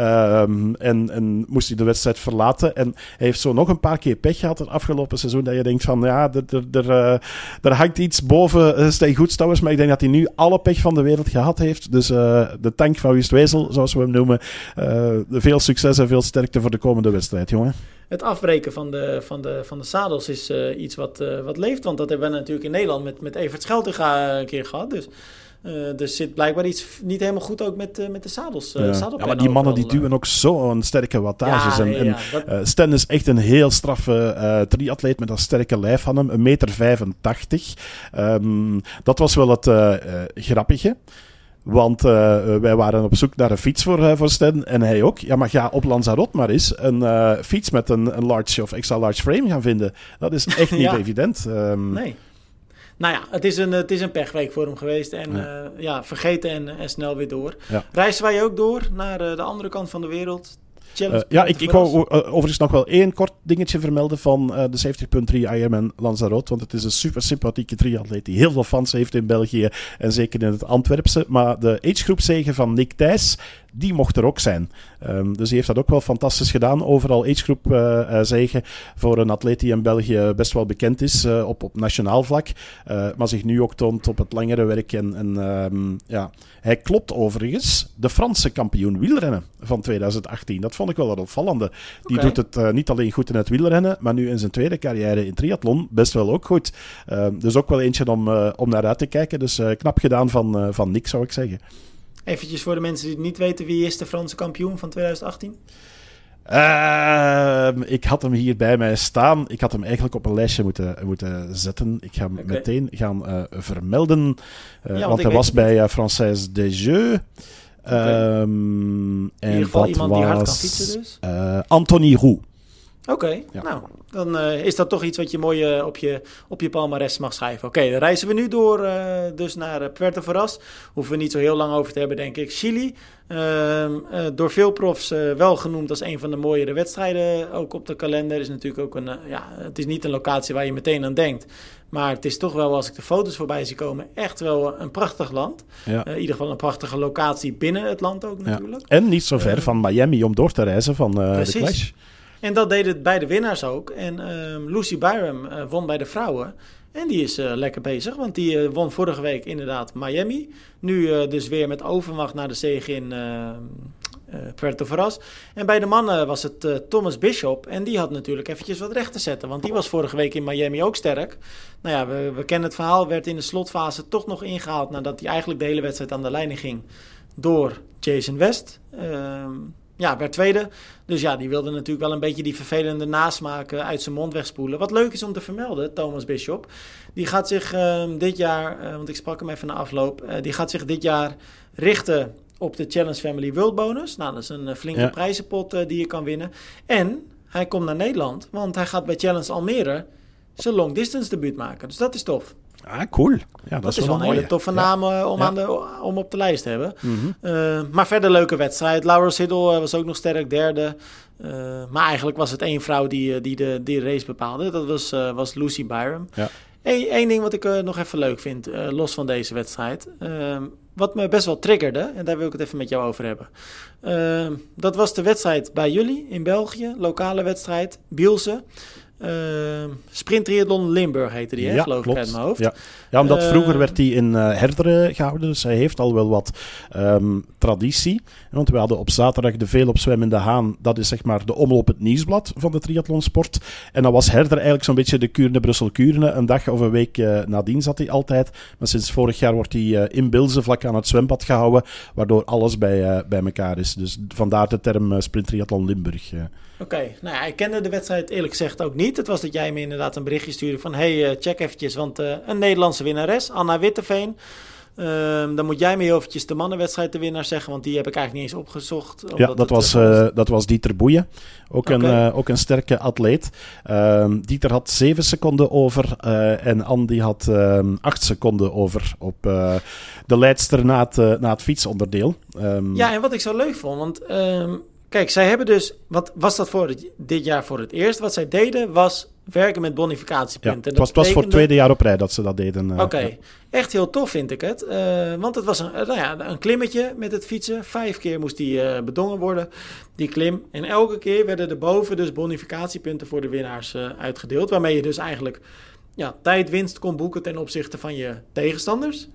En moest hij de wedstrijd verlaten. En hij heeft zo nog een paar keer pech gehad het afgelopen seizoen. Dat je denkt van, ja, er hangt iets boven Sten Goedstouwers. Maar ik denk dat hij nu alle pech van de wereld gehad heeft. Dus de tank van Wustwezel, zoals we hem noemen. Veel succes en veel sterkte voor de komende wedstrijd, jongen. Het afbreken van de zadels is iets wat leeft. Want dat hebben we natuurlijk in Nederland met Evert Scheltinga een keer gehad. Dus zit blijkbaar iets niet helemaal goed ook met de zadels. Ja, maar die mannen die duwen ook zo'n sterke wattages. Sten is echt een heel straffe triatleet met een sterke lijf van hem. 1,85 meter. Dat was wel het grappige. Want wij waren op zoek naar een fiets voor Sten en hij ook. Ja, maar ga op Lanzarote maar eens een fiets met een large of extra large frame gaan vinden. Dat is echt niet evident. Nee. Nou ja, het is een pechweek voor hem geweest. En vergeten en snel weer door. Ja. Reizen wij ook door naar de andere kant van de wereld? Ik wou overigens nog wel 1 kort dingetje vermelden van de 70.3 Ironman Lanzarote. Want het is een super sympathieke triatleet die heel veel fans heeft in België. En zeker in het Antwerpse. Maar de agegroepzege van Nick Thijs, die mocht er ook zijn. Dus die heeft dat ook wel fantastisch gedaan. Overal agegroep zegen voor een atleet die in België best wel bekend is op nationaal vlak. Maar zich nu ook toont op het langere werk. Hij klopt overigens de Franse kampioen wielrennen van 2018. Dat vond ik wel een opvallende. Die doet het niet alleen goed in het wielrennen, maar nu in zijn tweede carrière in triathlon best wel ook goed. Dus ook wel eentje om naar uit te kijken. Dus knap gedaan van Nick, zou ik zeggen. Eventjes voor de mensen die het niet weten, wie is de Franse kampioen van 2018? Ik had hem hier bij mij staan. Ik had hem eigenlijk op een lijstje moeten zetten. Ik ga hem meteen gaan vermelden. Want hij was bij Française des Jeux. In ieder geval iemand die hard kan fietsen dus? Anthony Roux. Oké, nou, dan is dat toch iets wat je mooi op je palmares mag schrijven. Oké, dan reizen we nu door dus naar Puerto Varas. Hoeven we niet zo heel lang over te hebben, denk ik. Chili, door veel profs wel genoemd als een van de mooiere wedstrijden. Ook op de kalender is natuurlijk ook het is niet een locatie waar je meteen aan denkt. Maar het is toch wel, als ik de foto's voorbij zie komen, echt wel een prachtig land. Ja. In ieder geval een prachtige locatie binnen het land ook natuurlijk. Ja. En niet zo ver van Miami om door te reizen van de Clash. En dat deden beide winnaars ook. En Lucy Byram won bij de vrouwen. En die is lekker bezig, want die won vorige week inderdaad Miami. Nu dus weer met overmacht naar de zege in Puerto Varas. En bij de mannen was het Thomas Bishop. En die had natuurlijk eventjes wat recht te zetten. Want die was vorige week in Miami ook sterk. Nou ja, we kennen het verhaal. Werd in de slotfase toch nog ingehaald nadat hij eigenlijk de hele wedstrijd aan de leiding ging door Jason West. Werd tweede. Dus ja, die wilde natuurlijk wel een beetje die vervelende nasmaak uit zijn mond wegspoelen. Wat leuk is om te vermelden, Thomas Bishop. Die gaat zich dit jaar, want ik sprak hem even na afloop. Die gaat zich dit jaar richten op de Challenge Family World Bonus. Nou, dat is een flinke prijzenpot die je kan winnen. En hij komt naar Nederland, want hij gaat bij Challenge Almere zijn long distance debuut maken. Dus dat is tof. Ah, cool. Ja, dat is wel een hele toffe naam om op de lijst te hebben. Maar verder leuke wedstrijd. Laura Siddle was ook nog sterk derde. Maar eigenlijk was het één vrouw die de race bepaalde. Dat was Lucy Byram. Ja. Eén ding wat ik nog even leuk vind, los van deze wedstrijd. Wat me best wel triggerde, en daar wil ik het even met jou over hebben. Dat was de wedstrijd bij jullie in België, lokale wedstrijd, Bielse. Sprint Triathlon Limburg heette die, geloof ik uit mijn hoofd. Ja, omdat vroeger werd die in Herderen gehouden, dus hij heeft al wel wat traditie. Want we hadden op zaterdag de Veelop Zwem in de Haan, dat is zeg maar de omloop het nieuwsblad van de triathlonsport. En dan was Herderen eigenlijk zo'n beetje de Kuurne-Brussel-Kuurne. Een dag of een week nadien zat hij altijd. Maar sinds vorig jaar wordt hij in Bilze vlak aan het zwembad gehouden, waardoor alles bij elkaar is. Dus vandaar de term Sprint Triathlon Limburg. Oké, nou ja, ik kende de wedstrijd eerlijk gezegd ook niet. Het was dat jij me inderdaad een berichtje stuurde van... check eventjes, want een Nederlandse winnares, Anna Witteveen. Dan moet jij me heel eventjes de mannenwedstrijd de winnaar zeggen... want die heb ik eigenlijk niet eens opgezocht. Ja, dat was Dieter Boeien. Ook een sterke atleet. Dieter had 7 seconden over en Andy had 8 seconden over op de leidster na het fietsonderdeel. Ja, en wat ik zo leuk vond, want... Kijk, zij hebben dus... Wat was dat voor dit jaar voor het eerst? Wat zij deden was werken met bonificatiepunten. Ja, het was voor het tweede jaar op rij dat ze dat deden. Oké, echt heel tof vind ik het. Want het was een klimmetje met het fietsen. 5 keer moest die bedongen worden, die klim. En elke keer werden er boven dus bonificatiepunten voor de winnaars uitgedeeld. Waarmee je dus eigenlijk tijdwinst kon boeken ten opzichte van je tegenstanders.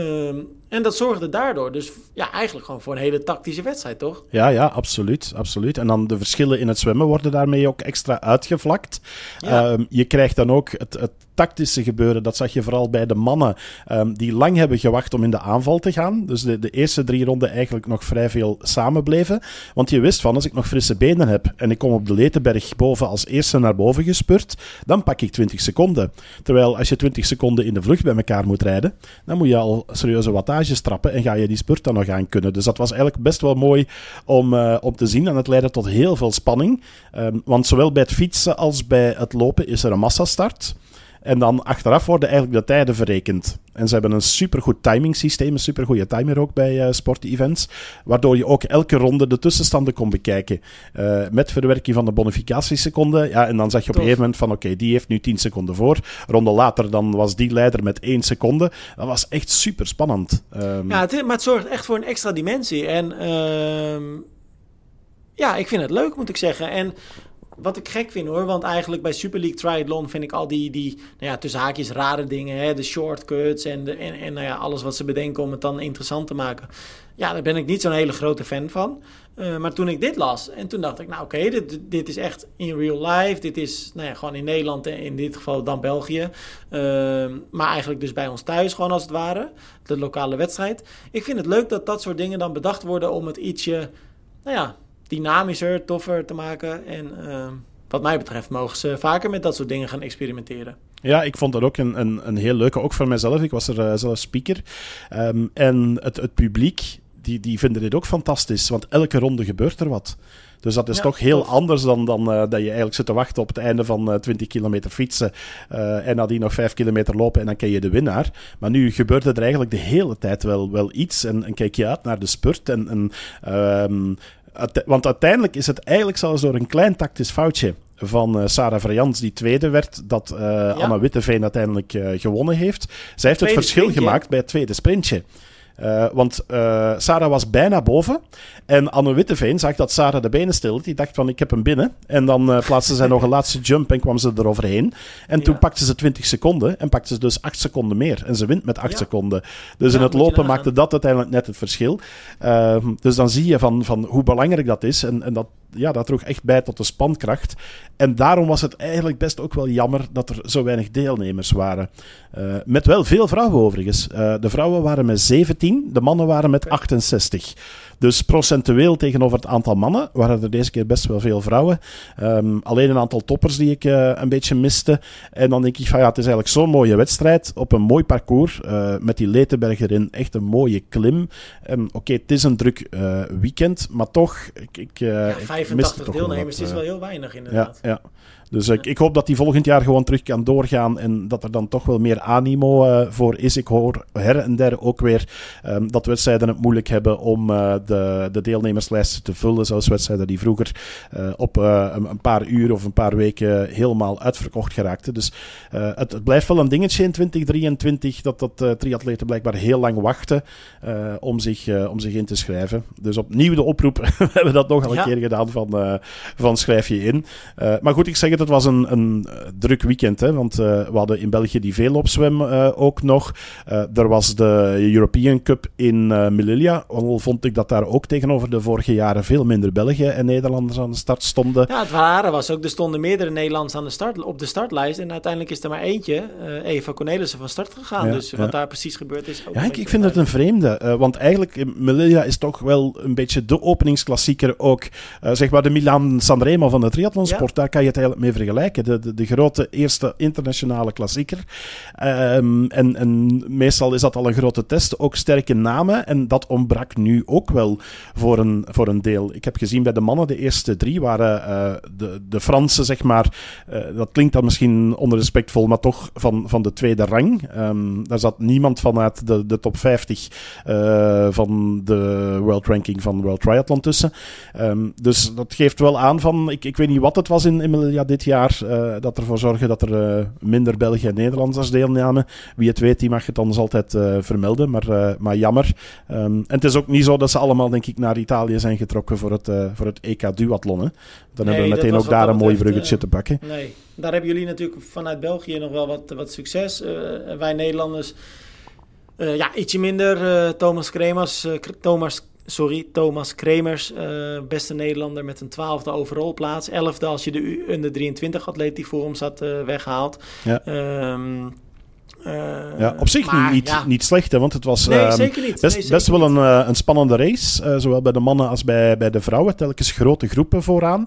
En dat zorgde daardoor dus eigenlijk gewoon voor een hele tactische wedstrijd, toch? Ja, absoluut. En dan de verschillen in het zwemmen worden daarmee ook extra uitgevlakt. Ja. Je krijgt dan ook het tactische gebeuren. Dat zag je vooral bij de mannen die lang hebben gewacht om in de aanval te gaan. Dus de eerste 3 ronden eigenlijk nog vrij veel samenbleven. Want je wist van, als ik nog frisse benen heb en ik kom op de Letenberg boven als eerste naar boven gespurt, dan pak ik 20 seconden. Terwijl als je 20 seconden in de vlucht bij elkaar moet rijden, dan moet je al serieuze wattages trappen en ga je die spurt dan nog aan kunnen. Dus dat was eigenlijk best wel mooi om te zien en het leidde tot heel veel spanning. Want zowel bij het fietsen als bij het lopen is er een massastart. En dan achteraf worden eigenlijk de tijden verrekend. En ze hebben een supergoed timingsysteem, een supergoeie timer ook bij sportevents, waardoor je ook elke ronde de tussenstanden kon bekijken. Met verwerking van de bonificatieseconden. Ja, en dan zag je op een gegeven moment van oké, die heeft nu 10 seconden voor. Ronde later dan was die leider met 1 seconde. Dat was echt super spannend. Maar het zorgt echt voor een extra dimensie. En ik vind het leuk, moet ik zeggen. En wat ik gek vind hoor, want eigenlijk bij Super League Triathlon vind ik al die tussen haakjes rare dingen, hè, de shortcuts en alles wat ze bedenken om het dan interessant te maken. Ja, daar ben ik niet zo'n hele grote fan van. Maar toen ik dit las en toen dacht ik, dit is echt in real life. Dit is gewoon in Nederland en in dit geval dan België. Maar eigenlijk dus bij ons thuis gewoon als het ware. De lokale wedstrijd. Ik vind het leuk dat soort dingen dan bedacht worden om het ietsje, dynamischer, toffer te maken. En wat mij betreft mogen ze vaker met dat soort dingen gaan experimenteren. Ja, ik vond dat ook een heel leuke, ook voor mijzelf. Ik was er zelf speaker. En het publiek, die vinden dit ook fantastisch, want elke ronde gebeurt er wat. Dus dat is toch heel anders dan dat je eigenlijk zit te wachten op het einde van 20 kilometer fietsen en nadien nog 5 kilometer lopen en dan ken je de winnaar. Maar nu gebeurt er eigenlijk de hele tijd wel iets en kijk je uit naar de spurt. Want uiteindelijk is het eigenlijk zelfs door een klein tactisch foutje van Sarah Verjans, die tweede werd, dat Anna Witteveen uiteindelijk gewonnen heeft. Zij heeft het verschil gemaakt bij het tweede sprintje. Want Sarah was bijna boven. En Anne Witteveen zag dat Sarah de benen stilde. Die dacht van, ik heb hem binnen. En dan plaatste zij nog een laatste jump en kwam ze eroverheen. En toen pakte ze 20 seconden. En pakte ze dus 8 seconden meer. En ze wint met 8 seconden. Dus in het lopen maakte dat uiteindelijk net het verschil. Dus dan zie je van hoe belangrijk dat is. En dat droeg echt bij tot de spankracht. En daarom was het eigenlijk best ook wel jammer dat er zo weinig deelnemers waren. Met wel veel vrouwen overigens. De vrouwen waren met 17, de mannen waren met 68. Dus procentueel tegenover het aantal mannen waren er deze keer best wel veel vrouwen. Alleen een aantal toppers die ik een beetje miste. En dan denk ik van het is eigenlijk zo'n mooie wedstrijd op een mooi parcours. Met die Letenberg erin, echt een mooie klim. Oké, het is een druk weekend, maar toch... 85 deelnemers is wel heel weinig inderdaad. Ja. Dus ik hoop dat die volgend jaar gewoon terug kan doorgaan en dat er dan toch wel meer animo voor is. Ik hoor her en der ook weer dat wedstrijden het moeilijk hebben om de deelnemerslijsten te vullen, zoals wedstrijden die vroeger op een paar uur of een paar weken helemaal uitverkocht geraakten. Dus het blijft wel een dingetje in 2023 dat triatleten blijkbaar heel lang wachten om zich in te schrijven. Dus opnieuw de oproep, we hebben dat nogal een keer gedaan van schrijf je in. Maar goed, ik zeg het was een druk weekend, hè, want we hadden in België die veelloopzwem ook nog. Er was de European Cup in Melilla, al vond ik dat daar ook tegenover de vorige jaren veel minder Belgen en Nederlanders aan de start stonden. Ja, het ware was ook, er stonden meerdere Nederlanders op de startlijst en uiteindelijk is er maar eentje, Eva Cornelissen, van start gegaan. Dus wat daar precies gebeurd is... Ook ik vind het een vreemde, want eigenlijk Melilla is toch wel een beetje de openingsklassieker ook. Zeg maar de Milan Sanremo van de triathlonsport, daar kan je het eigenlijk mee vergelijken. De grote eerste internationale klassieker. En meestal is dat al een grote test. Ook sterke namen. En dat ontbrak nu ook wel voor een deel. Ik heb gezien bij de mannen, de eerste 3 waren de Fransen, zeg maar. Dat klinkt dan misschien onrespectvol, maar toch van de tweede rang. Daar zat niemand vanuit de top 50 van de World Ranking van World Triathlon tussen. Dus dat geeft wel aan van... Ik weet niet wat het was in Melilla dit jaar, dat ervoor zorgde dat er minder Belgen en Nederlanders deelnamen. Wie het weet, die mag het ons altijd vermelden, maar jammer. En het is ook niet zo dat ze allemaal, denk ik, naar Italië zijn getrokken voor het EK Duathlon. Hè. Dan hebben we meteen ook daar een mooi bruggetje te pakken. Nee, daar hebben jullie natuurlijk vanuit België nog wel wat succes. Wij Nederlanders, ietsje minder. Thomas Kremers, beste Nederlander met een 12e overall plaats. 11e als je de onder 23 atleet die voor hem zat weghaalt. Ja. Op zich niet slecht, hè, want het was zeker niet. best wel een spannende race. Zowel bij de mannen als bij de vrouwen. Telkens grote groepen vooraan.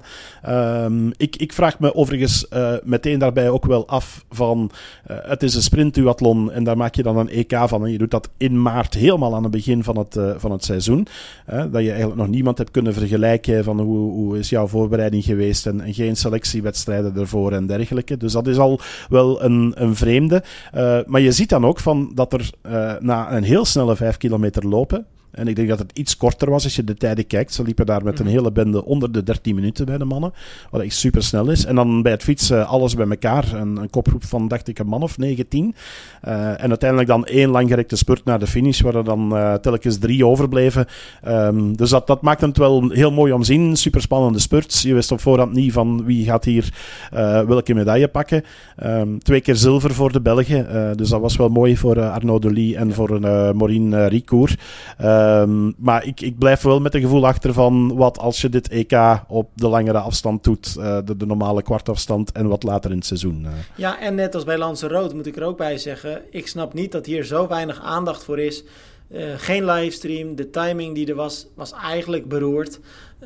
Ik vraag me overigens meteen daarbij ook wel af van... het is een sprintduathlon en daar maak je dan een EK van. En je doet dat in maart helemaal aan het begin van het seizoen. Dat je eigenlijk nog niemand hebt kunnen vergelijken van hoe is jouw voorbereiding geweest en geen selectiewedstrijden ervoor en dergelijke. Dus dat is al wel een vreemde. Maar je ziet dan ook dat er na een heel snelle 5 kilometer lopen... En ik denk dat het iets korter was als je de tijden kijkt. Ze liepen daar met een hele bende onder de 13 minuten bij de mannen. Wat echt super snel is. En dan bij het fietsen alles bij elkaar. Een kopgroep van, dacht ik, een man of 19. En uiteindelijk dan 1 langgerekte spurt naar de finish. Waar er dan telkens 3 overbleven. Dus dat maakt het wel heel mooi om te zien. Super spannende spurts. Je wist op voorhand niet van wie gaat hier welke medaille pakken. 2 keer zilver voor de Belgen. Dus dat was wel mooi voor Arnaud Delis en voor Maureen Ricoeur. Maar ik blijf wel met een gevoel achter van wat als je dit EK op de langere afstand doet, de normale kwartafstand en wat later in het seizoen. Ja, en net als bij Lanzarote moet ik er ook bij zeggen, ik snap niet dat hier zo weinig aandacht voor is. Geen livestream, de timing die er was eigenlijk beroerd.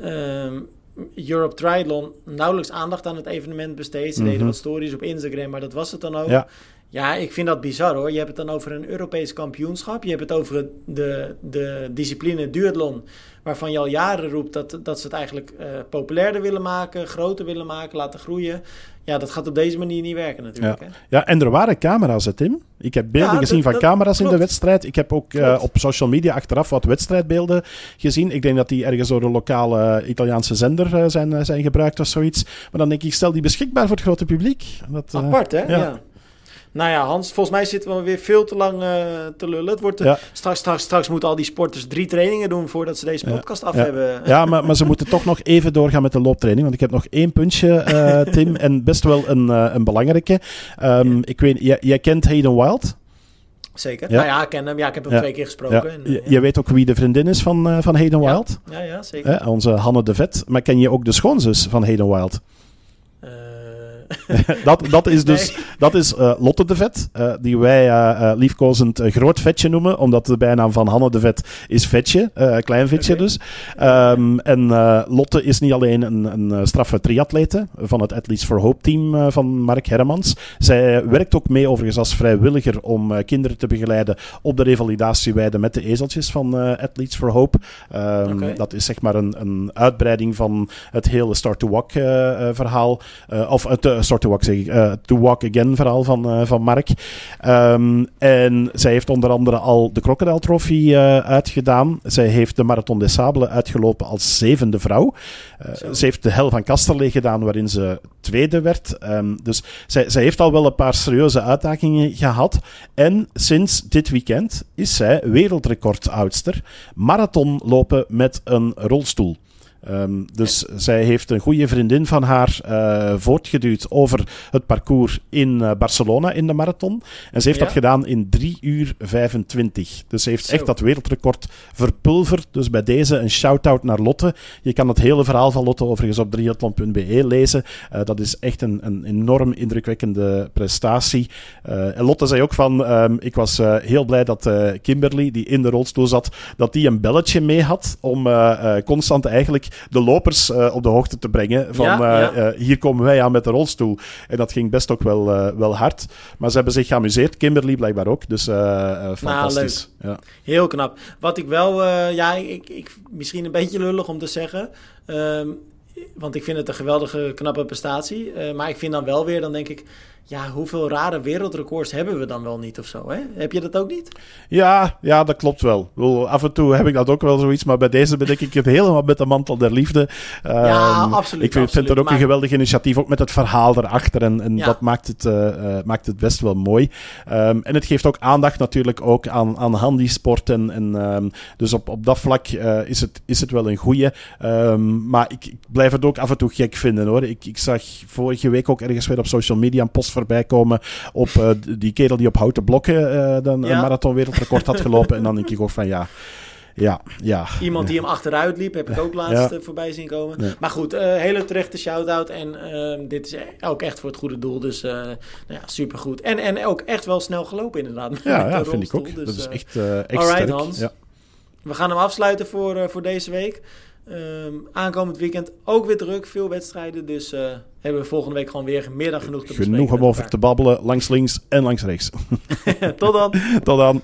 Europe Triathlon, nauwelijks aandacht aan het evenement besteed. Ze deden wat stories op Instagram, maar dat was het dan ook. Ja, ik vind dat bizar hoor. Je hebt het dan over een Europees kampioenschap. Je hebt het over de discipline duathlon, waarvan je al jaren roept dat ze het eigenlijk populairder willen maken, groter willen maken, laten groeien. Ja, dat gaat op deze manier niet werken natuurlijk. Ja, hè? Ja, en er waren camera's, hè, Tim? Ik heb beelden gezien van camera's klopt. In de wedstrijd. Ik heb ook op social media achteraf wat wedstrijdbeelden gezien. Ik denk dat die ergens door een lokale Italiaanse zender zijn gebruikt of zoiets. Maar dan denk ik, stel die beschikbaar voor het grote publiek. Apart, hè? Ja. Nou ja, Hans, volgens mij zitten we weer veel te lang te lullen. Het wordt straks moeten al die sporters 3 trainingen doen voordat ze deze podcast af hebben. Ja, maar ze moeten toch nog even doorgaan met de looptraining. Want ik heb nog 1 puntje, Tim, en best wel een belangrijke. Ik weet, jij kent Hayden Wild? Zeker. Ja. Nou ja, ik ken hem. Ja, ik heb hem 2 keer gesproken. Ja. En, je weet ook wie de vriendin is van Hayden Wild? Ja, zeker. Onze Hanne de Vet. Maar ken je ook de schoonzus van Hayden Wild? Dat is Lotte de Vet, die wij liefkozend groot vetje noemen, omdat de bijnaam van Hanne de Vet is Vetje, klein vetje dus. En Lotte is niet alleen een straffe triatlete van het Athletes for Hope team van Mark Hermans. Zij werkt ook mee overigens als vrijwilliger om kinderen te begeleiden op de revalidatieweide met de ezeltjes van Athletes for Hope. Dat is zeg maar een uitbreiding van het hele Start to Walk verhaal, of het To Walk Again verhaal van Mark. En zij heeft onder andere al de Crocodile Trophy uitgedaan. Zij heeft de Marathon des Sables uitgelopen als 7e vrouw. Ze heeft de Hel van Kasterlee gedaan, waarin ze 2e werd. Dus zij heeft al wel een paar serieuze uitdagingen gehad. En sinds dit weekend is zij wereldrecordoudster marathon lopen met een rolstoel. Dus zij heeft een goede vriendin van haar voortgeduwd over het parcours in Barcelona in de marathon. En ze heeft dat gedaan in 3 uur 25. Dus ze heeft echt dat wereldrecord verpulverd. Dus bij deze een shout-out naar Lotte. Je kan het hele verhaal van Lotte overigens op triathlon.be lezen. Dat is echt een enorm indrukwekkende prestatie. En Lotte zei ook van, ik was heel blij dat Kimberly, die in de rolstoel zat, dat die een belletje mee had om constant eigenlijk de lopers op de hoogte te brengen van hier komen wij aan met de rolstoel. En dat ging best ook wel hard. Maar ze hebben zich geamuseerd. Kimberly blijkbaar ook. Dus fantastisch. Leuk. Ja. Heel knap. Wat ik wel... ik misschien een beetje lullig om te zeggen. Want ik vind het een geweldige, knappe prestatie. Maar ik vind dan wel weer, dan denk ik... Ja, hoeveel rare wereldrecords hebben we dan wel niet of zo, hè? Heb je dat ook niet? Ja, dat klopt wel. Af en toe heb ik dat ook wel zoiets, maar bij deze bedek ik het helemaal met de mantel der liefde. Absoluut. Ik vind het ook een geweldig initiatief, ook met het verhaal erachter. En dat maakt het best wel mooi. En het geeft ook aandacht natuurlijk ook aan handisport. Dus op dat vlak is het wel een goeie. Maar ik blijf het ook af en toe gek vinden, hoor. Ik zag vorige week ook ergens weer op social media een post voorbij komen op die kerel die op houten blokken een marathon wereldrecord had gelopen. En dan denk ik ook van Iemand die hem achteruit liep, heb ik ook laatst voorbij zien komen. Ja. Maar goed, hele terechte shout-out. En dit is ook echt voor het goede doel. Dus supergoed. En ook echt wel snel gelopen inderdaad. Ja, vind ik ook. Dus, dat is echt alright, sterk. Hans. Ja. We gaan hem afsluiten voor deze week. Aankomend weekend ook weer druk, veel wedstrijden. Dus hebben we volgende week gewoon weer meer dan genoeg te bespreken. Genoeg om over te babbelen, langs links en langs rechts. Tot dan. Tot dan.